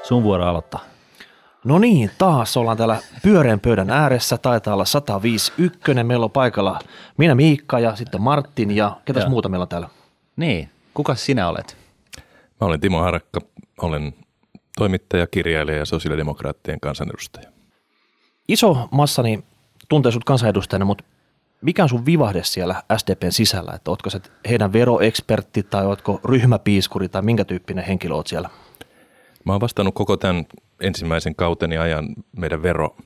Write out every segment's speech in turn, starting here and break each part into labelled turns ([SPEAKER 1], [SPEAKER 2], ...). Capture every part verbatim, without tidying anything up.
[SPEAKER 1] Sun vuoro aloittaa.
[SPEAKER 2] No niin, taas ollaan täällä pyöreän pöydän ääressä. Taitaa olla sata viisi yksi. Meillä on paikalla minä Miikka ja sitten Martin ja ketäs ja. muuta meillä on täällä?
[SPEAKER 1] Niin, kuka sinä olet?
[SPEAKER 3] Mä olen Timo Harakka, olen toimittaja, kirjailija ja sosiaalidemokraattien kansanedustaja.
[SPEAKER 2] Iso massani tuntee sut kansanedustajana, mutta mikä on sun vivahde siellä S D P:n sisällä? Että ootko se heidän veroekspertti tai ootko ryhmäpiiskuri tai minkä tyyppinen henkilö oot siellä?
[SPEAKER 3] Mä oon vastannut koko tämän ensimmäisen kauteni ajan meidän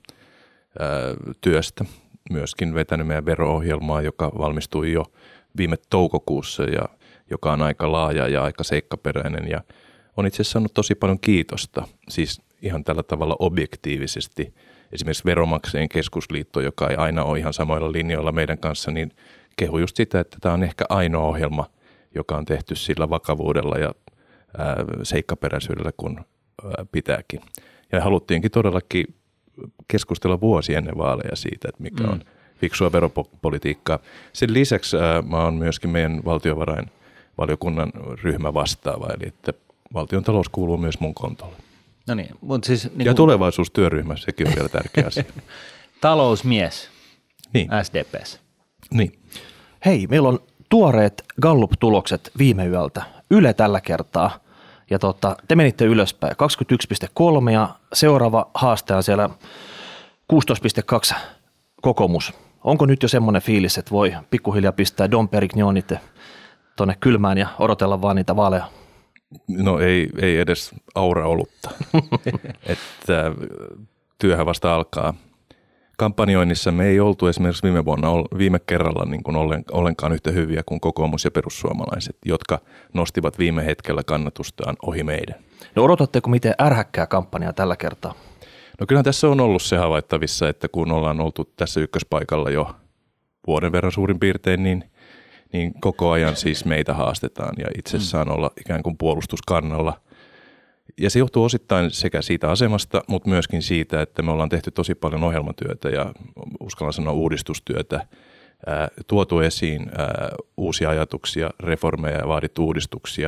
[SPEAKER 3] verotyöstä. Myöskin vetänyt meidän vero-ohjelmaa, joka valmistui jo viime toukokuussa ja joka on aika laaja ja aika seikkaperäinen. Ja on itse asiassa saanut tosi paljon kiitosta, siis ihan tällä tavalla objektiivisesti. Esimerkiksi Veronmaksajien keskusliitto, joka ei aina ole ihan samoilla linjoilla meidän kanssa, niin kehu just sitä, että tämä on ehkä ainoa ohjelma, joka on tehty sillä vakavuudella ja ää, seikkaperäisyydellä kun ää, pitääkin. Ja haluttiinkin todellakin keskustella vuosi ennen vaaleja siitä, että mikä mm. on fiksua veropolitiikkaa. Sen lisäksi ää, mä oon myöskin meidän valtiovarainvaliokunnan ryhmä vastaava, eli että valtion talous kuuluu myös mun kontolle.
[SPEAKER 1] No niin, mutta siis... Niin
[SPEAKER 3] ja
[SPEAKER 1] kuin...
[SPEAKER 3] tulevaisuustyöryhmä, sekin on vielä tärkeä asia.
[SPEAKER 1] Talousmies
[SPEAKER 3] niin.
[SPEAKER 1] S D P:ssä.
[SPEAKER 3] Niin.
[SPEAKER 2] Hei, meillä on tuoreet Gallup-tulokset viime yöltä. Yle tällä kertaa. Ja tota, te menitte ylöspäin. kaksikymmentäyksi pilkku kolme ja seuraava haaste on siellä kuusitoista pilkku kaksi kokoomus. Onko nyt jo semmoinen fiilis, että voi pikkuhiljaa pistää Dom Perignonit tuonne kylmään ja odotella vaan niitä vaaleja?
[SPEAKER 3] No ei, ei edes aura olutta, että työhän vasta alkaa. Kampanjoinnissa me ei oltu esimerkiksi viime vuonna, viime kerralla niin kuin ollenkaan yhtä hyviä kuin kokoomus ja perussuomalaiset, jotka nostivat viime hetkellä kannatustaan ohi meidän.
[SPEAKER 2] No odotatteko miten ärhäkkää kampanjaa tällä kertaa?
[SPEAKER 3] No kyllä tässä on ollut se havaittavissa, että kun ollaan oltu tässä ykköspaikalla jo vuoden verran suurin piirtein, niin niin koko ajan siis meitä haastetaan ja itsessään olla ikään kuin puolustuskannalla. Ja se johtuu osittain sekä siitä asemasta, mutta myöskin siitä, että me ollaan tehty tosi paljon ohjelmatyötä ja uskallan sanoa uudistustyötä, ää, tuotu esiin ää, uusia ajatuksia, reformeja ja vaadittu uudistuksia.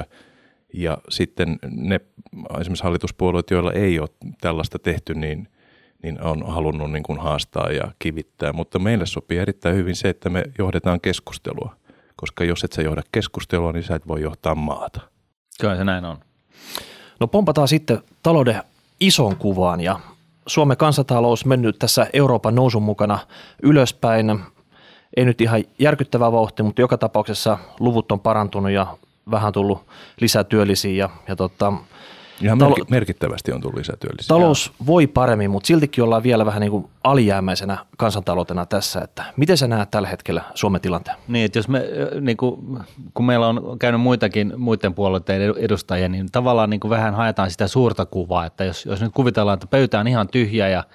[SPEAKER 3] Ja sitten ne esimerkiksi hallituspuolueet, joilla ei ole tällaista tehty, niin, niin on halunnut niin kuin haastaa ja kivittää. Mutta meille sopii erittäin hyvin se, että me johdetaan keskustelua. Koska jos et sä johda keskustelua, niin sä et voi johtaa maata.
[SPEAKER 1] Kyllä se näin on.
[SPEAKER 2] No pompataan sitten talouden ison kuvaan ja Suomen kansantalous mennyt tässä Euroopan nousun mukana ylöspäin. Ei nyt ihan järkyttävä vauhti, mutta joka tapauksessa luvut on parantunut ja vähän tullut lisää työllisiä. Ja, ja tota,
[SPEAKER 3] ihan talo- merkittävästi on tullut lisää työllisiä.
[SPEAKER 2] Talous voi paremmin, mutta siltikin ollaan vielä vähän niin kuin alijäämäisenä kansantaloutena tässä. Että miten sä näet tällä hetkellä Suomen tilanteen?
[SPEAKER 1] Niin, että jos me, niin kuin, kun meillä on käynyt muitakin muiden puolueiden edustajia, niin tavallaan niin kuin vähän haetaan sitä suurta kuvaa, että jos, jos nyt kuvitellaan, että pöytä on ihan tyhjä ja,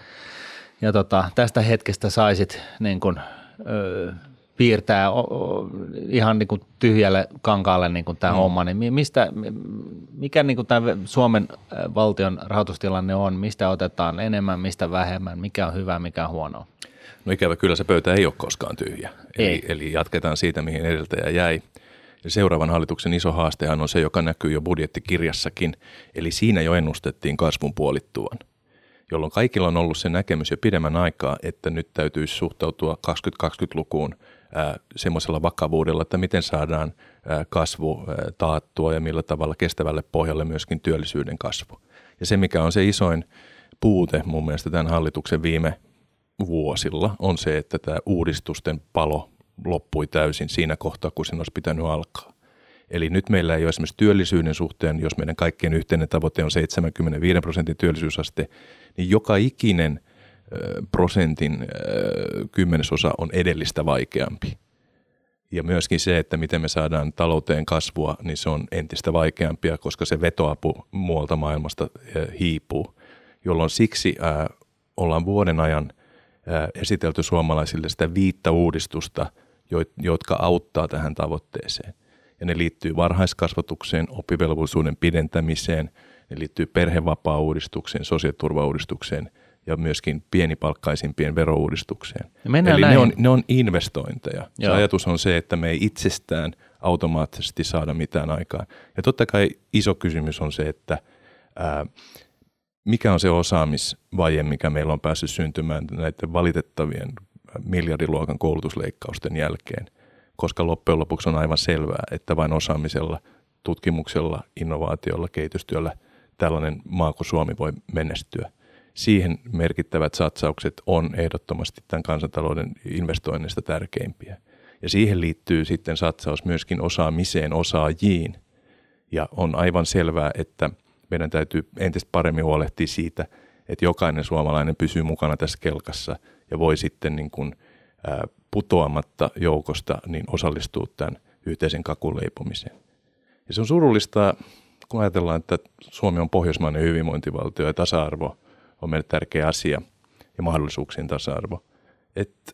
[SPEAKER 1] ja tota, tästä hetkestä saisit niin kuin, öö, piirtää o, o, ihan niin kuin tyhjälle kankaalle niin kuin tämä mm. homma, niin mistä, mikä niin kuin tämä Suomen valtion rahoitustilanne on, mistä otetaan enemmän, mistä vähemmän, mikä on hyvä, mikä on huonoa?
[SPEAKER 3] No ikävä kyllä se pöytä ei ole koskaan tyhjä, eli, eli jatketaan siitä, mihin edeltäjä jäi. Ja seuraavan hallituksen iso haastehan on se, joka näkyy jo budjettikirjassakin, eli siinä jo ennustettiin kasvun puolittuvan, jolloin kaikilla on ollut se näkemys jo pidemmän aikaa, että nyt täytyisi suhtautua kaksituhattakaksikymmentälukuun semmoisella vakavuudella, että miten saadaan kasvu taattua ja millä tavalla kestävälle pohjalle myöskin työllisyyden kasvu. Ja se, mikä on se isoin puute mun mielestä tämän hallituksen viime vuosilla, on se, että tämä uudistusten palo loppui täysin siinä kohtaa, kun sen olisi pitänyt alkaa. Eli nyt meillä ei ole esimerkiksi työllisyyden suhteen, jos meidän kaikkien yhteinen tavoite on seitsemänkymmentäviisi prosentin työllisyysaste, niin joka ikinen prosentin kymmenesosa on edellistä vaikeampi. Ja myöskin se, että miten me saadaan talouteen kasvua, niin se on entistä vaikeampia, koska se vetoapu muualta maailmasta hiipuu, jolloin siksi ää, ollaan vuoden ajan ää, esitelty suomalaisille sitä viittä uudistusta, jotka auttaa tähän tavoitteeseen. Ja ne liittyy varhaiskasvatukseen, oppivelvollisuuden pidentämiseen, ne liittyy perhevapaa-uudistukseen, sosiaaliturva-uudistukseen ja myöskin pienipalkkaisimpien verouudistukseen. Eli ne on, ne on investointeja. Se Joo. ajatus on se, että me ei itsestään automaattisesti saada mitään aikaan. Ja totta kai iso kysymys on se, että ää, mikä on se osaamisvaje, mikä meillä on päässyt syntymään näiden valitettavien miljardiluokan koulutusleikkausten jälkeen, koska loppujen lopuksi on aivan selvää, että vain osaamisella, tutkimuksella, innovaatiolla, kehitystyöllä tällainen maa kuin Suomi voi menestyä. Siihen merkittävät satsaukset on ehdottomasti tämän kansantalouden investoinnista tärkeimpiä. Ja siihen liittyy sitten satsaus myöskin osaamiseen, osaajiin. Ja on aivan selvää, että meidän täytyy entistä paremmin huolehtia siitä, että jokainen suomalainen pysyy mukana tässä kelkassa ja voi sitten niin kuin, ää, putoamatta joukosta niin osallistua tämän yhteisen kakun leipomiseen. Ja se on surullista, kun ajatellaan, että Suomi on pohjoismainen hyvinvointivaltio ja tasa-arvo on meille tärkeä asia ja mahdollisuuksien tasa-arvo, että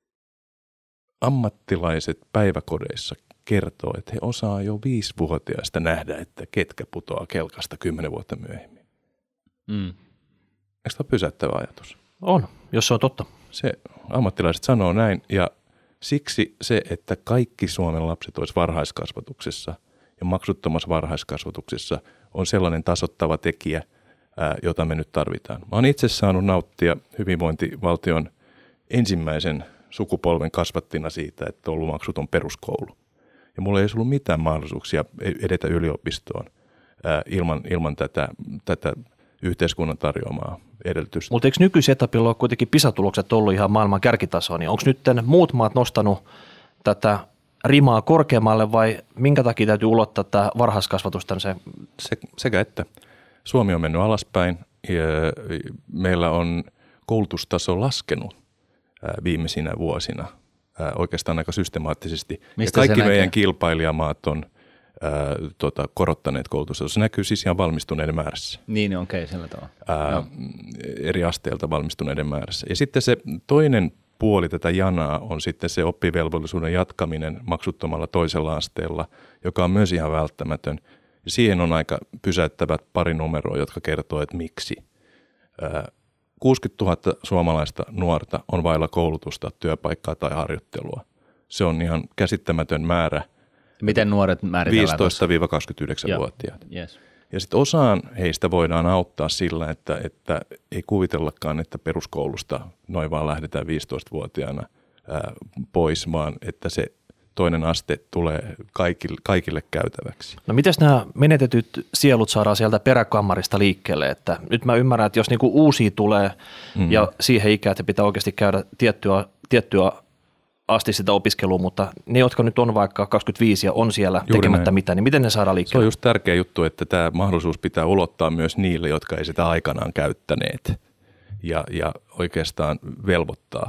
[SPEAKER 3] ammattilaiset päiväkodeissa kertoo, että he osaa jo viisivuotiaista nähdä, että ketkä putoaa kelkasta kymmenen vuotta myöhemmin.
[SPEAKER 1] Mm.
[SPEAKER 3] Eikö tämä ole pysäyttävä ajatus?
[SPEAKER 2] On, jos se on totta.
[SPEAKER 3] Se ammattilaiset sanoo näin ja siksi se, että kaikki Suomen lapset olisi varhaiskasvatuksessa ja maksuttomassa varhaiskasvatuksessa on sellainen tasoittava tekijä, ää, jota me nyt tarvitaan. Mä oon itse saanut nauttia hyvinvointivaltion ensimmäisen sukupolven kasvattina siitä, että on ollut maksuton peruskoulu. Ja mulla ei ollut mitään mahdollisuuksia edetä yliopistoon ää, ilman, ilman tätä, tätä yhteiskunnan tarjoamaa edellytystä.
[SPEAKER 2] Mutta eikö nykyisen etapilla ole kuitenkin PISA-tulokset ollut ihan maailman kärkitasoa, niin onko nyt muut maat nostanut tätä rimaa korkeammalle vai minkä takia täytyy ulottaa tämä varhaiskasvatus se?
[SPEAKER 3] Se, sekä että. Suomi on mennyt alaspäin ja meillä on koulutustaso laskenut viimeisinä vuosina oikeastaan aika systemaattisesti.
[SPEAKER 1] Mistä
[SPEAKER 3] ja kaikki
[SPEAKER 1] meidän
[SPEAKER 3] näkee? kilpailijamaat on ää, tota, korottaneet koulutusta. Se näkyy siis ihan valmistuneiden määrässä.
[SPEAKER 1] Niin, okei, okay, sillä tavalla.
[SPEAKER 3] Ää, eri asteelta valmistuneiden määrässä. Ja sitten se toinen puoli tätä janaa on sitten se oppivelvollisuuden jatkaminen maksuttomalla toisella asteella, joka on myös ihan välttämätön. Ja siihen on aika pysäyttävät pari numeroa, jotka kertoo, että miksi. Ää, kuusikymmentätuhatta suomalaista nuorta on vailla koulutusta, työpaikkaa tai harjoittelua. Se on ihan käsittämätön määrä.
[SPEAKER 1] Miten nuoret määritellään?
[SPEAKER 3] viisitoista kaksikymmentäyhdeksän-vuotiaat.
[SPEAKER 1] Yes.
[SPEAKER 3] Ja sitten osaan heistä voidaan auttaa sillä, että, että ei kuvitellakaan, että peruskoulusta noin vaan lähdetään viisitoistavuotiaana ää, pois, vaan että se toinen aste tulee kaikille, kaikille käytäväksi.
[SPEAKER 2] No mites nämä menetetyt sielut saadaan sieltä peräkammarista liikkeelle? Että nyt mä ymmärrän, että jos niinku uusia tulee mm-hmm. ja siihen ikään, että pitää oikeasti käydä tiettyä, tiettyä asti sitä opiskelua, mutta ne, jotka nyt on vaikka kaksikymmentäviisi ja on siellä Juuri tekemättä näin. mitään, niin miten ne saadaan liikkeelle?
[SPEAKER 3] Se on just tärkeä juttu, että tämä mahdollisuus pitää ulottaa myös niille, jotka ei sitä aikanaan käyttäneet ja, ja oikeastaan velvoittaa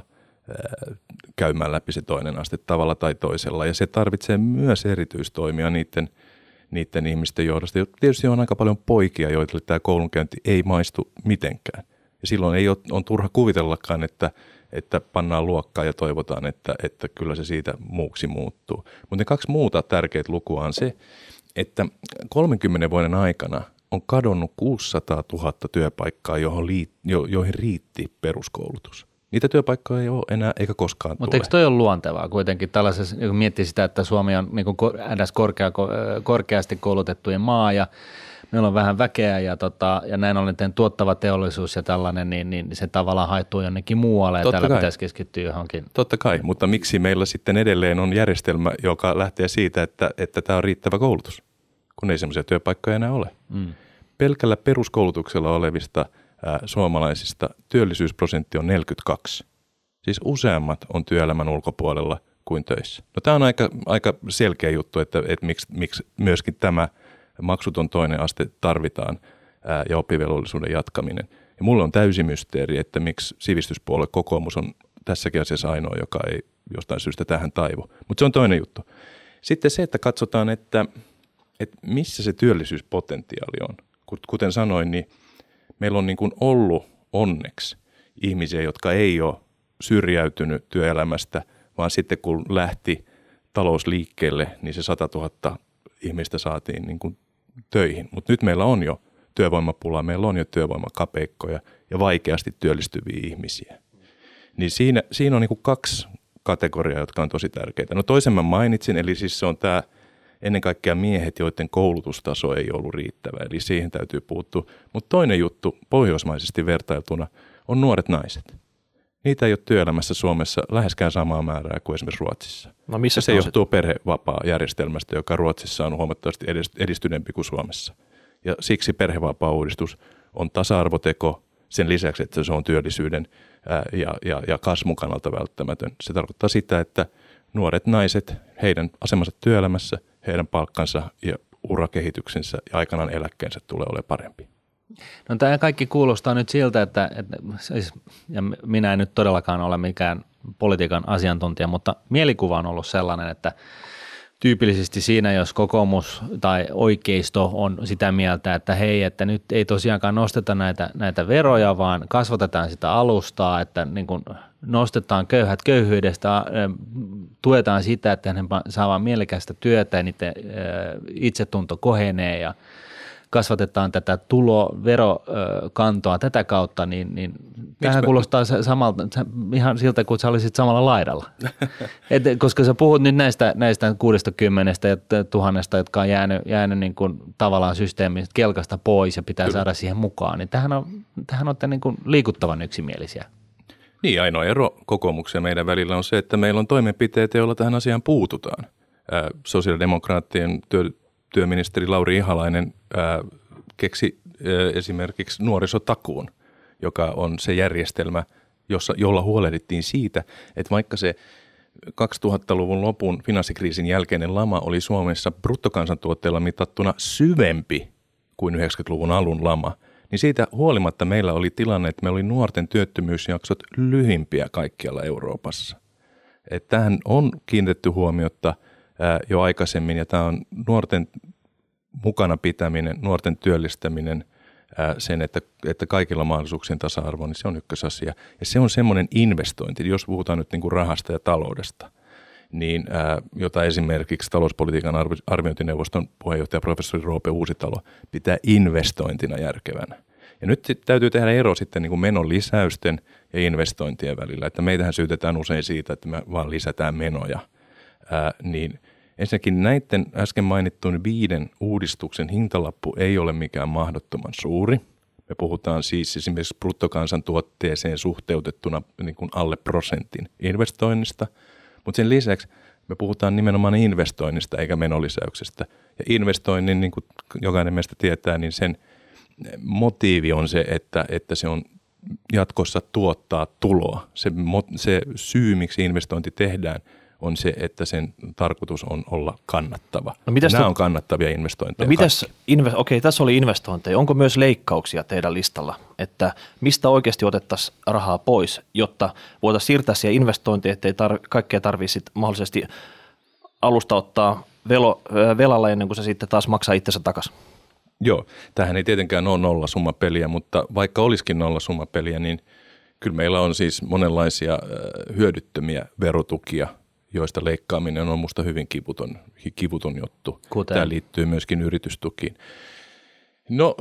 [SPEAKER 3] käymään läpi se toinen aste tavalla tai toisella. Ja se tarvitsee myös erityistoimia niiden, niiden ihmisten johdosta. Tietysti on aika paljon poikia, joille tämä koulunkäynti ei maistu mitenkään. Ja silloin ei ole, on turha kuvitellakaan, että, että pannaan luokkaan ja toivotaan, että, että kyllä se siitä muuksi muuttuu. Mutta ne kaksi muuta tärkeitä lukua on se, että kolmenkymmenen vuoden aikana on kadonnut kuusisataatuhatta työpaikkaa, johon liit, jo, joihin riitti peruskoulutus. Niitä työpaikkoja ei ole enää eikä koskaan
[SPEAKER 1] Mutta
[SPEAKER 3] tule.
[SPEAKER 1] eikö toi ole luontevaa kuitenkin tällaisessa, kun miettii sitä, että Suomi on niin kuin edes korkea, korkeasti koulutettujen maa ja meillä on vähän väkeä ja, tota, ja näin ollen tuottava teollisuus ja tällainen, niin, niin se tavallaan haettuu jonnekin muualle ja Totta täällä kai. pitäisi keskittyä johonkin.
[SPEAKER 3] Totta kai, mutta miksi meillä sitten edelleen on järjestelmä, joka lähtee siitä, että, että tämä on riittävä koulutus, kun ei semmoisia työpaikkoja enää ole. Mm. Pelkällä peruskoulutuksella olevista suomalaisista työllisyysprosentti on neljäkymmentäkaksi. Siis useammat on työelämän ulkopuolella kuin töissä. No tämä on aika, aika selkeä juttu, että, että miksi, miksi myöskin tämä maksuton toinen aste tarvitaan ää, ja oppivelvollisuuden jatkaminen. Ja mulle on täysi mysteeri, että miksi sivistyspuolue kokoomus on tässäkin asiassa ainoa, joka ei jostain syystä tähän taivu. Mutta se on toinen juttu. Sitten se, että katsotaan, että, että missä se työllisyyspotentiaali on. Kuten sanoin, niin meillä on niin kuin ollut onneksi ihmisiä, jotka ei ole syrjäytynyt työelämästä, vaan sitten kun lähti talous liikkeelle, niin se satatuhatta ihmistä saatiin niin kuin töihin. Mutta nyt meillä on jo työvoimapulaa, meillä on jo työvoimakapeikkoja ja vaikeasti työllistyviä ihmisiä. Niin siinä, siinä on niin kuin kaksi kategoriaa, jotka on tosi tärkeitä. No toisen mä mainitsin, eli siis se on tämä, ennen kaikkea miehet, joiden koulutustaso ei ollut riittävä, eli siihen täytyy puuttua. Mutta toinen juttu pohjoismaisesti vertailtuna on nuoret naiset. Niitä ei ole työelämässä Suomessa läheskään samaa määrää kuin esimerkiksi Ruotsissa.
[SPEAKER 2] No missä
[SPEAKER 3] se johtuu perhevapaa-järjestelmästä, joka Ruotsissa on huomattavasti edistyneempi kuin Suomessa. Ja siksi perhevapaa-uudistus on tasa-arvoteko sen lisäksi, että se on työllisyyden ää, ja, ja, ja kasvun kannalta välttämätön. Se tarkoittaa sitä, että nuoret naiset, heidän asemansa työelämässä, heidän palkkansa ja urakehityksensä ja aikanaan eläkkeensä tulee olemaan parempi.
[SPEAKER 1] No tämä kaikki kuulostaa nyt siltä, että, että siis, ja minä en nyt todellakaan ole mikään politiikan asiantuntija, mutta mielikuva on ollut sellainen, että tyypillisesti siinä, jos kokoomus tai oikeisto on sitä mieltä, että hei, että nyt ei tosiaankaan nosteta näitä, näitä veroja, vaan kasvatetaan sitä alustaa, että niin kuin nostetaan köyhät köyhyydestä, tuetaan sitä, että he saavat mielekästä työtä ja niiden itsetunto kohenee ja kasvatetaan tätä tuloverokantoa tätä kautta, niin, niin tämähän mä... kuulostaa samalta, ihan siltä, kun sä olisit samalla laidalla. Et, koska sä puhut nyt näistä, näistä kuudestakymmenestä ja tuhannesta, jotka on jäänyt, jäänyt niin kuin tavallaan systeemistä kelkasta pois ja pitää Kyllä. saada siihen mukaan, niin tämähän on, tämähän on niin kuin liikuttavan yksimielisiä.
[SPEAKER 3] Niin, ainoa ero kokoomuksen meidän välillä on se, että meillä on toimenpiteitä, joilla tähän asiaan puututaan. Ää, sosiaalidemokraattien työ Työministeri Lauri Ihalainen ää, keksi ää, esimerkiksi nuorisotakuun, joka on se järjestelmä, jossa, jolla huolehdittiin siitä, että vaikka se kaksituhattaluvun lopun finanssikriisin jälkeinen lama oli Suomessa bruttokansantuotteella mitattuna syvempi kuin yhdeksänkymmentäluvun alun lama, niin siitä huolimatta meillä oli tilanne, että meillä oli nuorten työttömyysjaksot lyhimpiä kaikkialla Euroopassa. Että tähän on kiinnitetty huomiota jo aikaisemmin, ja tämä on nuorten mukana pitäminen, nuorten työllistäminen, sen, että, että kaikilla mahdollisuuksien tasa-arvo, niin se on ykkösasia. Ja se on semmoinen investointi, jos puhutaan nyt niin kuin rahasta ja taloudesta, niin ää, jota esimerkiksi talouspolitiikan arviointineuvoston puheenjohtaja professori Roope Uusitalo pitää investointina järkevänä. Ja nyt täytyy tehdä ero sitten niin kuin menon lisäysten ja investointien välillä, että meitähän syytetään usein siitä, että me vaan lisätään menoja. Ää, niin ensinnäkin näiden äsken mainittuun viiden uudistuksen hintalappu ei ole mikään mahdottoman suuri. Me puhutaan siis esimerkiksi bruttokansantuotteeseen suhteutettuna niin kuin alle prosentin investoinnista, mutta sen lisäksi me puhutaan nimenomaan investoinnista eikä menolisäyksestä. Ja investoinnin, niin kuin jokainen meistä tietää, niin sen motiivi on se, että, että se on jatkossa tuottaa tuloa. Se, se syy, miksi investointi tehdään, on se, että sen tarkoitus on olla kannattava. No Nämä te... on kannattavia investointeja.
[SPEAKER 2] No mitäs, inve... okei, tässä oli investointeja. Onko myös leikkauksia teidän listalla? Että mistä oikeasti otettaisiin rahaa pois, jotta voitaisiin siirtää siihen investointiin, ettei tar... kaikkea tarvitse mahdollisesti alusta ottaa velo... velalla ennen kuin se sitten taas maksaa itsensä takaisin?
[SPEAKER 3] Joo, tämähän ei tietenkään ole nollasummapeliä, mutta vaikka olisikin nollasummapeliä, niin kyllä meillä on siis monenlaisia hyödyttömiä verotukia, joista leikkaaminen on musta hyvin kivuton, kivuton juttu. Kuten? Tämä liittyy myöskin yritystukiin. No,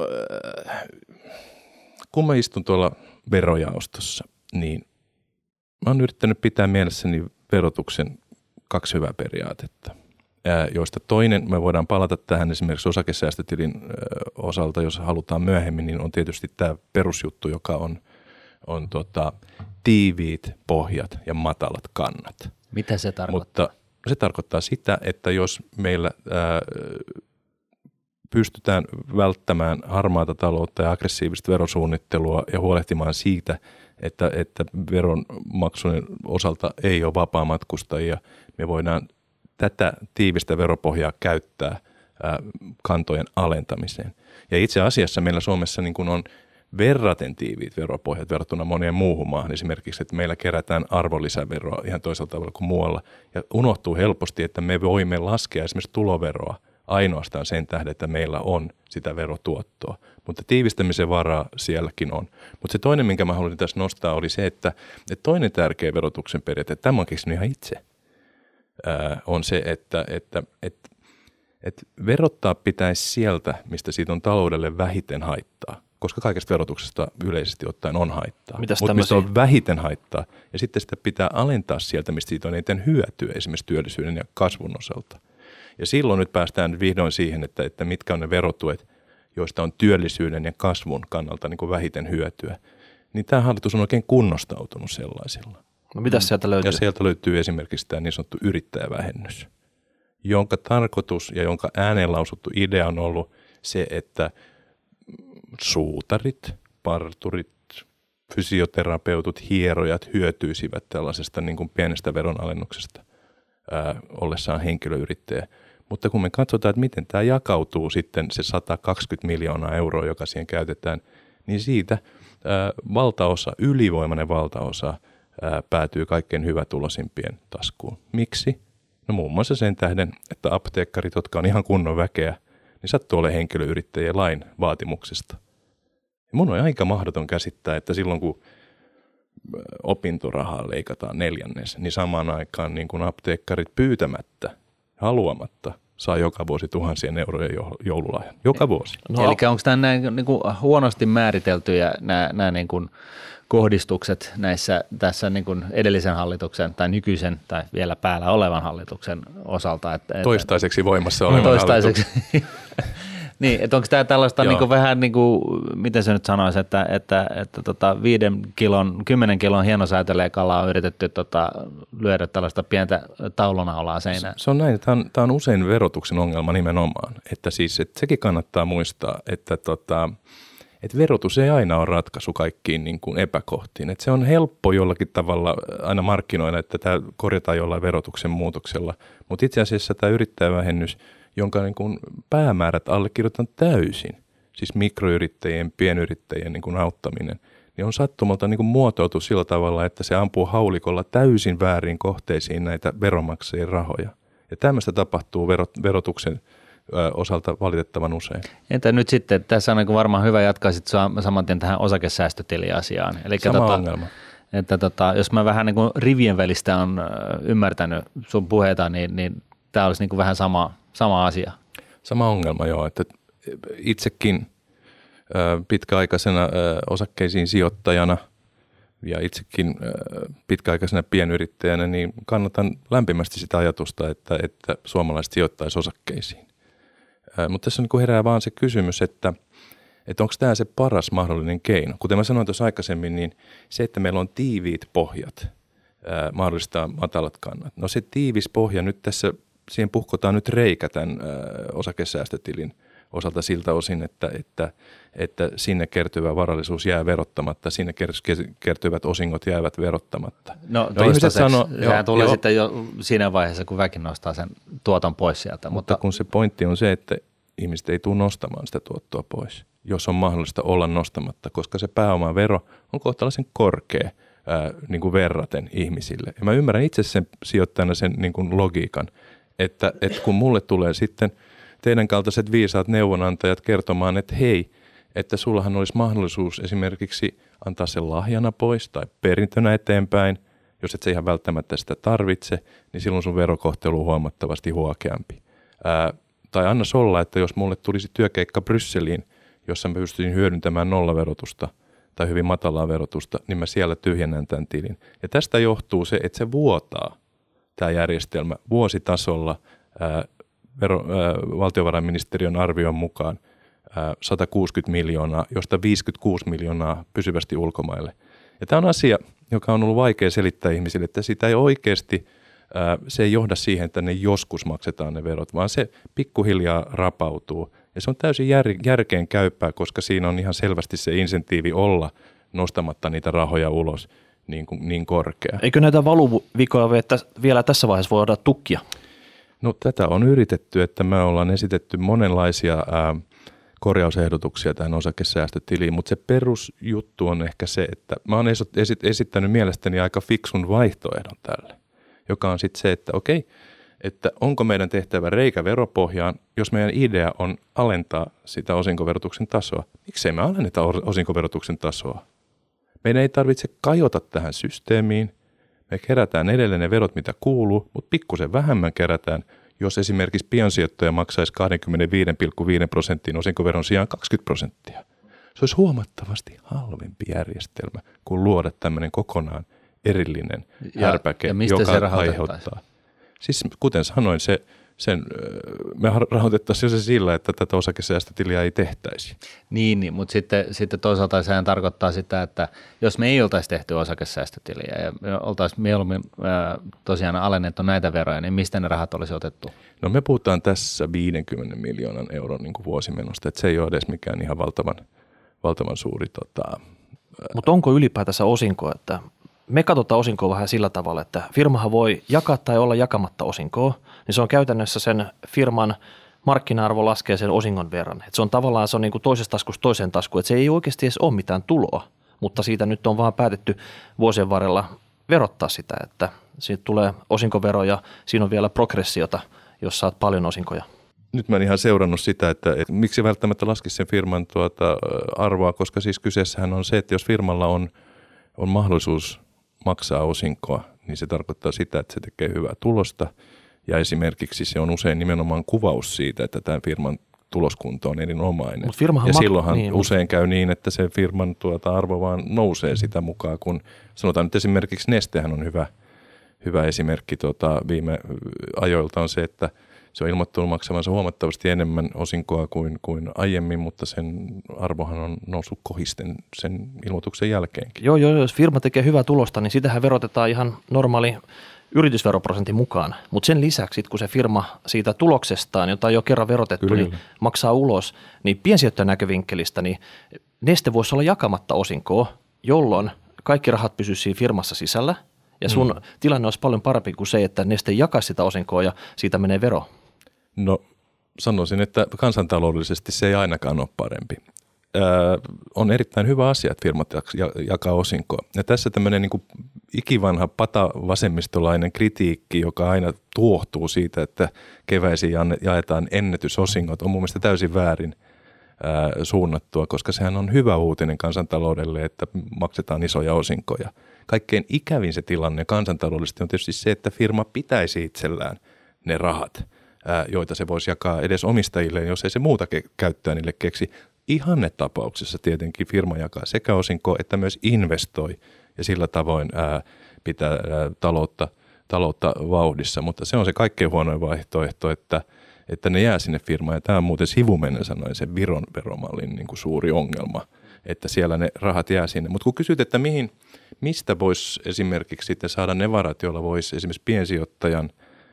[SPEAKER 3] kun mä istun tuolla verojaostossa, niin mä oon yrittänyt pitää mielessäni verotuksen kaksi hyvää periaatetta, joista toinen, me voidaan palata tähän esimerkiksi osakesäästötilin osalta, jos halutaan myöhemmin, niin on tietysti tämä perusjuttu, joka on, on tota, tiiviit pohjat ja matalat kannat.
[SPEAKER 1] Mitä se tarkoittaa?
[SPEAKER 3] Mutta se tarkoittaa sitä, että jos meillä ää, pystytään välttämään harmaata taloutta ja aggressiivista verosuunnittelua ja huolehtimaan siitä, että, että veronmaksujen osalta ei ole vapaamatkustajia, me voidaan tätä tiivistä veropohjaa käyttää ää, kantojen alentamiseen. Ja itse asiassa meillä Suomessa niin kuin on verraten tiiviit veropohjat verrattuna moneen muuhun maahan. Esimerkiksi, että meillä kerätään arvonlisäveroa ihan toisella tavalla kuin muualla. Ja unohtuu helposti, että me voimme laskea esimerkiksi tuloveroa ainoastaan sen tähden, että meillä on sitä verotuottoa. Mutta tiivistämisen varaa sielläkin on. Mutta se toinen, minkä mä haluaisin tässä nostaa, oli se, että, että toinen tärkeä verotuksen periaate, tämä on keksinyt ihan itse, ää, on se, että, että, että, että verottaa pitäisi sieltä, mistä siitä on taloudelle vähiten haittaa. Koska kaikesta verotuksesta yleisesti ottaen on haittaa. Mutta mistä on vähiten haittaa. Ja sitten sitä pitää alentaa sieltä, mistä siitä on eniten hyötyä esimerkiksi työllisyyden ja kasvun osalta. Ja silloin nyt päästään vihdoin siihen, että, että mitkä on ne verotuet, joista on työllisyyden ja kasvun kannalta niin kuin vähiten hyötyä. Niin tämä hallitus on oikein kunnostautunut sellaisilla.
[SPEAKER 2] No mitäs sieltä löytyy?
[SPEAKER 3] Ja sieltä löytyy esimerkiksi tämä niin sanottu yrittäjävähennys, jonka tarkoitus ja jonka ääneen lausuttu idea on ollut se, että suutarit, parturit, fysioterapeutit, hierojat hyötyisivät tällaisesta niin kuin pienestä veronalennuksesta ää, ollessaan henkilöyrittäjä. Mutta kun me katsotaan, että miten tämä jakautuu sitten se sata kaksikymmentä miljoonaa euroa, joka siihen käytetään, niin siitä ää, valtaosa, ylivoimainen valtaosa ää, päätyy kaikkein hyvätuloisimpien taskuun. Miksi? No muun muassa sen tähden, että apteekkarit, jotka on ihan kunnon väkeä, niin sattuu olemaan henkilöyrittäjien lain vaatimuksesta. Ja mun on aika mahdoton käsittää, että silloin kun opintorahaa leikataan neljännes, niin samaan aikaan niin kuin apteekkarit pyytämättä, haluamatta, saa joka vuosi tuhansien eurojen joululahjan. Joka vuosi.
[SPEAKER 1] No, eli onko tämä näin niin kuin huonosti määriteltyjä nämä, nämä niin kuin kohdistukset näissä tässä niin kuin edellisen hallituksen tai nykyisen tai vielä päällä olevan hallituksen osalta? Että,
[SPEAKER 3] toistaiseksi voimassa olevan
[SPEAKER 1] toistaiseksi. Niin, että onko tämä tällaista niin kuin vähän niin kuin, miten se nyt sanoisi, että, että, että tota viiden kilon, kymmenen kilon hienosäätöleikalla on yritetty tota, lyödä tällaista pientä taulunaulaa seinään?
[SPEAKER 3] Se on näin, tämä on, tämä on usein verotuksen ongelma nimenomaan, että siis että sekin kannattaa muistaa, että tota, että verotus ei aina ole ratkaisu kaikkiin niin kuin epäkohtiin. Että se on helppo jollakin tavalla aina markkinoida, että tämä korjataan jollain verotuksen muutoksella, mutta itse asiassa tämä yrittäjävähennys, jonka niin kuin päämäärät allekirjoitan täysin, siis mikroyrittäjien, pienyrittäjien niin kuin auttaminen, niin on sattumalta niin kuin muotoiltu sillä tavalla, että se ampuu haulikolla täysin väärin kohteisiin näitä veronmaksajien rahoja. Ja tämmöistä tapahtuu verotuksen osalta valitettavan usein.
[SPEAKER 1] Entä nyt sitten, tässä on niin varmaan hyvä jatkaa sitten saman tien tähän osakesäästötiliasiaan. Eli
[SPEAKER 3] Sama
[SPEAKER 1] tota,
[SPEAKER 3] ongelma.
[SPEAKER 1] Että tota, jos mä vähän niin kuin rivien välistä on ymmärtänyt sun puheita, niin, niin tämä olisi niin kuin vähän sama, sama asia.
[SPEAKER 3] Sama ongelma, joo. Että itsekin pitkäaikaisena osakkeisiin sijoittajana ja itsekin pitkäaikaisena pienyrittäjänä, niin kannatan lämpimästi sitä ajatusta, että, että suomalaiset sijoittaisi osakkeisiin. Mutta tässä on herää vaan se kysymys, että, että onko tämä se paras mahdollinen keino. Kuten mä sanoin tuossa aikaisemmin, niin se, että meillä on tiiviit pohjat, mahdollistaa matalat kannat. No se tiivis pohja nyt tässä, siihen puhkotaan nyt reikä tämän osakesäästötilin osalta siltä osin, että, että, että sinne kertyvä varallisuus jää verottamatta, sinne kertyvät osingot jäävät verottamatta.
[SPEAKER 1] No, no toistaiseksi sano, sehän tulee jo sitten jo siinä vaiheessa, kun väki nostaa sen tuoton pois sieltä.
[SPEAKER 3] Mutta, mutta kun se pointti on se, että ihmiset ei tule nostamaan sitä tuottoa pois, jos on mahdollista olla nostamatta, koska se pääomavero on kohtalaisen korkea ää, niin kuin verraten ihmisille. Ja mä ymmärrän itse sen sijoittajana sen niin kuin logiikan, että, että kun mulle tulee sitten teidän kaltaiset viisaat neuvonantajat kertomaan, että hei, että sullahan olisi mahdollisuus esimerkiksi antaa sen lahjana pois tai perintönä eteenpäin, jos et sä ihan välttämättä sitä tarvitse, niin silloin sun verokohtelu on huomattavasti huokeampi. Ää, tai anna olla, että jos mulle tulisi työkeikka Brysseliin, jossa mä pystyisin hyödyntämään nollaverotusta tai hyvin matalaa verotusta, niin mä siellä tyhjennän tämän tilin. Ja tästä johtuu se, että se vuotaa tämä järjestelmä vuositasolla ää, vero, ää, valtiovarainministeriön arvion mukaan ää, sata kuusikymmentä miljoonaa, josta viisikymmentäkuusi miljoonaa pysyvästi ulkomaille. Ja tämä on asia, joka on ollut vaikea selittää ihmisille, että sitä ei oikeasti, ää, se ei johda siihen, että ne joskus maksetaan ne verot, vaan se pikkuhiljaa rapautuu. Ja se on täysin jär, järkeen käyppää, koska siinä on ihan selvästi se insentiivi olla nostamatta niitä rahoja ulos niin, kuin, niin korkea.
[SPEAKER 2] Eikö näitä valuvikoja vielä tässä vaiheessa voida tukkia?
[SPEAKER 3] No tätä on yritetty, että me ollaan esitetty monenlaisia ää, korjausehdotuksia tähän osakesäästötiliin, mutta se perusjuttu on ehkä se, että mä oon esittänyt mielestäni aika fiksun vaihtoehdon tälle, joka on sitten se, että okei, että onko meidän tehtävä reikä veropohjaan, jos meidän idea on alentaa sitä osinkoverotuksen tasoa. Miksei me alenneta osinkoverotuksen tasoa? Meidän ei tarvitse kajota tähän systeemiin. Me kerätään edelleen ne verot, mitä kuuluu, mutta pikkusen vähemmän kerätään, jos esimerkiksi piensijoittaja maksaisi kaksikymmentäviisi pilkku viisi prosenttia osinkoveron sijaan kaksikymmentä prosenttia. Se olisi huomattavasti halvempi järjestelmä kuin luoda tämmöinen kokonaan erillinen härpäke, joka aiheuttaa. Siis kuten sanoin, se, sen, me rahoitettaisiin se sillä, että tätä osakesäästötiliä ei tehtäisi.
[SPEAKER 1] Niin, niin mutta sitten, sitten toisaalta sehän tarkoittaa sitä, että jos me ei oltaisi tehty osakesäästötiliä ja me oltaisiin mieluummin ää, tosiaan alennettu näitä veroja, niin mistä ne rahat olisi otettu?
[SPEAKER 3] No me puhutaan tässä viidenkymmenen miljoonan euron niin kuin vuosimenosta, että se ei ole edes mikään ihan valtavan, valtavan suuri. Tota,
[SPEAKER 2] Mutta onko ylipäätänsä osinko, että me katsotaan osinkoa vähän sillä tavalla, että firmahan voi jakaa tai olla jakamatta osinkoa, niin se on käytännössä sen firman markkina-arvo laskee sen osingon verran. Et se on tavallaan se on niin kuin toisesta taskusta toiseen taskuun, että se ei oikeasti edes ole mitään tuloa, mutta siitä nyt on vaan päätetty vuosien varrella verottaa sitä, että siitä tulee osinkovero ja siinä on vielä progressiota, jos saat paljon osinkoja.
[SPEAKER 3] Nyt mä en ihan seurannut sitä, että, että miksi välttämättä laskisi sen firman tuota arvoa, koska siis kyseessähän on se, että jos firmalla on, on mahdollisuus maksaa osinkoa, niin se tarkoittaa sitä, että se tekee hyvää tulosta ja esimerkiksi se on usein nimenomaan kuvaus siitä, että tämän firman tuloskunto on erinomainen. Ja mak- silloinhan niin, usein käy niin, että se firman tuota arvo vaan nousee sitä mukaan, kun sanotaan nyt esimerkiksi Nestehän on hyvä, hyvä esimerkki tuota, viime ajoilta on se, että se on ilmoittanut maksavansa huomattavasti enemmän osinkoa kuin, kuin aiemmin, mutta sen arvohan on noussut kohisten sen ilmoituksen jälkeenkin.
[SPEAKER 2] Joo, joo, jos firma tekee hyvää tulosta, niin sitähän verotetaan ihan normaali yritysveroprosentin mukaan. Mutta sen lisäksi, kun se firma siitä tuloksestaan, jota on jo kerran verotettu, kyllä, niin maksaa ulos, niin piensijoittajan näkövinkkelistä, niin Neste voisi olla jakamatta osinkoa, jolloin kaikki rahat pysyisivät siinä firmassa sisällä. Ja sun mm. tilanne olisi paljon parempi kuin se, että Neste jakaisi sitä osinkoa ja siitä menee vero.
[SPEAKER 3] No sanoisin, että kansantaloudellisesti se ei ainakaan ole parempi. Öö, on erittäin hyvä asia, että firmat jakaa osinkoa. Ja tässä tämmöinen niin kuin ikivanha patavasemmistolainen kritiikki, joka aina tuohtuu siitä, että keväisin jaetaan ennätysosingot, on mun mielestä täysin väärin öö, suunnattua, koska sehän on hyvä uutinen kansantaloudelle, että maksetaan isoja osinkoja. Kaikkein ikävin se tilanne kansantaloudellisesti on tietysti se, että firma pitäisi itsellään ne rahat, joita se voisi jakaa edes omistajille, jos ei se muuta ke- käyttöä niille keksi. Ihannetapauksessa tietenkin firma jakaa sekä osinko että myös investoi ja sillä tavoin ää, pitää ää, taloutta, taloutta vauhdissa, mutta se on se kaikkein huonoin vaihtoehto, että, että ne jää sinne firmaan ja tämä on muuten sivumennen sanoen se Viron veromallin niin kuin suuri ongelma, että siellä ne rahat jää sinne. Mutta kun kysyt, että mihin, mistä voisi esimerkiksi sitten saada ne varat, joilla voisi esimerkiksi piensijoittajan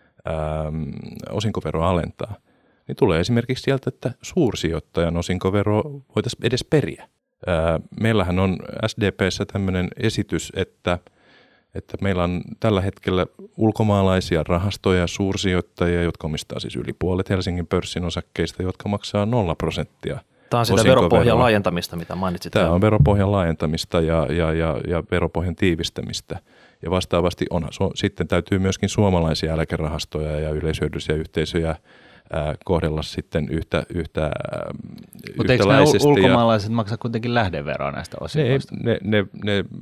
[SPEAKER 3] Ähm, osinkovero alentaa, niin tulee esimerkiksi sieltä, että suursijoittajan osinkovero voitaisiin edes periä. Ää, meillähän on S D P:ssä tämmöinen esitys, että, että meillä on tällä hetkellä ulkomaalaisia rahastoja ja suursijoittajia, jotka omistaa siis yli puolet Helsingin pörssin osakkeista, jotka maksaa nolla prosenttia.
[SPEAKER 2] Tämä on sitä veropohjan laajentamista, mitä mainitsit.
[SPEAKER 3] Tämä on veropohjan laajentamista ja, ja, ja, ja veropohjan tiivistämistä. Ja vastaavasti onhan, sitten täytyy myöskin suomalaisia eläkerahastoja ja yleishyödyllisiä yhteisöjä ää, kohdella sitten yhtä, yhtä
[SPEAKER 1] Mutta eikö nämä ulkomaalaiset ja maksaa kuitenkin lähdeveroa näistä osingoista?
[SPEAKER 3] Ne, ne, ne, ne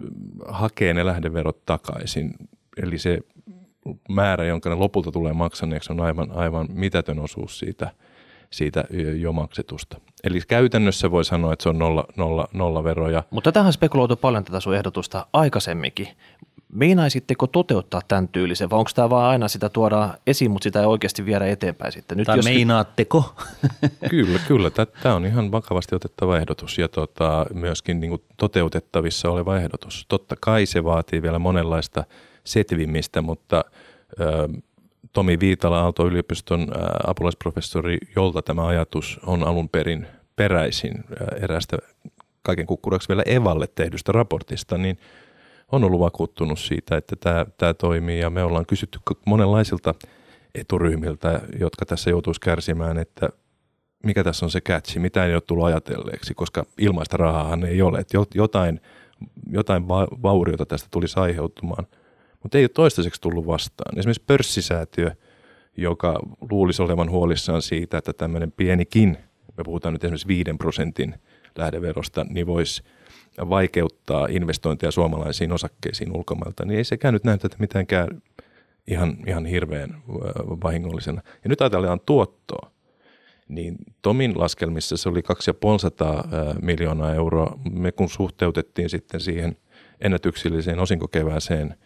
[SPEAKER 3] hakee ne lähdeverot takaisin, eli se määrä, jonka ne lopulta tulee maksaneeksi, on aivan, aivan mitätön osuus siitä, siitä jo maksetusta. Eli käytännössä voi sanoa, että se on nolla, nolla, nolla veroja.
[SPEAKER 2] Mutta tähän spekuloitu paljon tätä sun ehdotusta aikaisemminkin. Meinaisitteko toteuttaa tämän tyylisen, vai onko tämä vaan aina sitä tuodaan esiin, mutta sitä ei oikeasti viedä eteenpäin sitten? Nyt
[SPEAKER 1] tai jos meinaatteko?
[SPEAKER 3] Kyllä, kyllä. Tämä on ihan vakavasti otettava ehdotus ja tota, myöskin niin kuin toteutettavissa oleva ehdotus. Totta kai se vaatii vielä monenlaista setvimistä, mutta ö, Tomi Viitala, Aalto-yliopiston apulaisprofessori, jolta tämä ajatus on alun perin peräisin eräästä kaiken kukkuraksi vielä Evalle tehdystä raportista, niin on ollut vakuuttunut siitä, että tämä, tämä toimii ja me ollaan kysytty monenlaisilta eturyhmiltä, jotka tässä joutuisi kärsimään, että mikä tässä on se catchi, mitä ei ole tullut ajatelleeksi, koska ilmaista rahaahan ei ole, että jotain, jotain vauriota tästä tulisi aiheutumaan. Mutta ei ole toistaiseksi tullut vastaan. Esimerkiksi pörssisäätiö, joka luulisi olevan huolissaan siitä, että tämmöinen pienikin, me puhutaan nyt esimerkiksi viiden prosentin lähdeverosta, niin voisi vaikeuttaa investointeja suomalaisiin osakkeisiin ulkomailta, niin ei sekään nyt näytä mitenkään ihan, ihan hirveän vahingollisena. Ja nyt ajatellaan tuottoa, niin Tomin laskelmissa se oli kaksisataaviisikymmentä miljoonaa euroa. Me kun suhteutettiin sitten siihen ennätykselliseen osinkokevääseen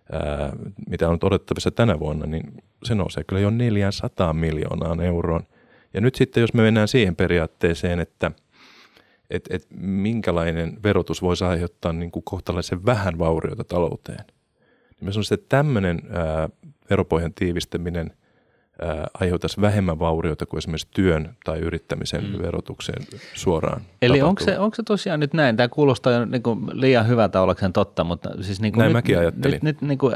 [SPEAKER 3] ää, mitä on odotettavissa tänä vuonna, niin se nousee kyllä jo neljäsataa miljoonaan euroon. Ja nyt sitten, jos me mennään siihen periaatteeseen, että et, et minkälainen verotus voisi aiheuttaa niin kuin kohtalaisen vähän vaurioita talouteen, niin mä sanoisin, että tämmöinen ää, veropohjan tiivistäminen ää, aiheuttaisi vähemmän vaurioita kuin esimerkiksi työn tai yrittämisen mm. verotukseen suoraan.
[SPEAKER 1] Eli onko se, onko se tosiaan nyt näin? Tämä kuulostaa jo niin kuin liian hyvältä ollakseen totta, mutta siis niin kuin
[SPEAKER 3] näin
[SPEAKER 1] nyt,
[SPEAKER 3] mäkin ajattelin.
[SPEAKER 1] Nyt, nyt niin kuin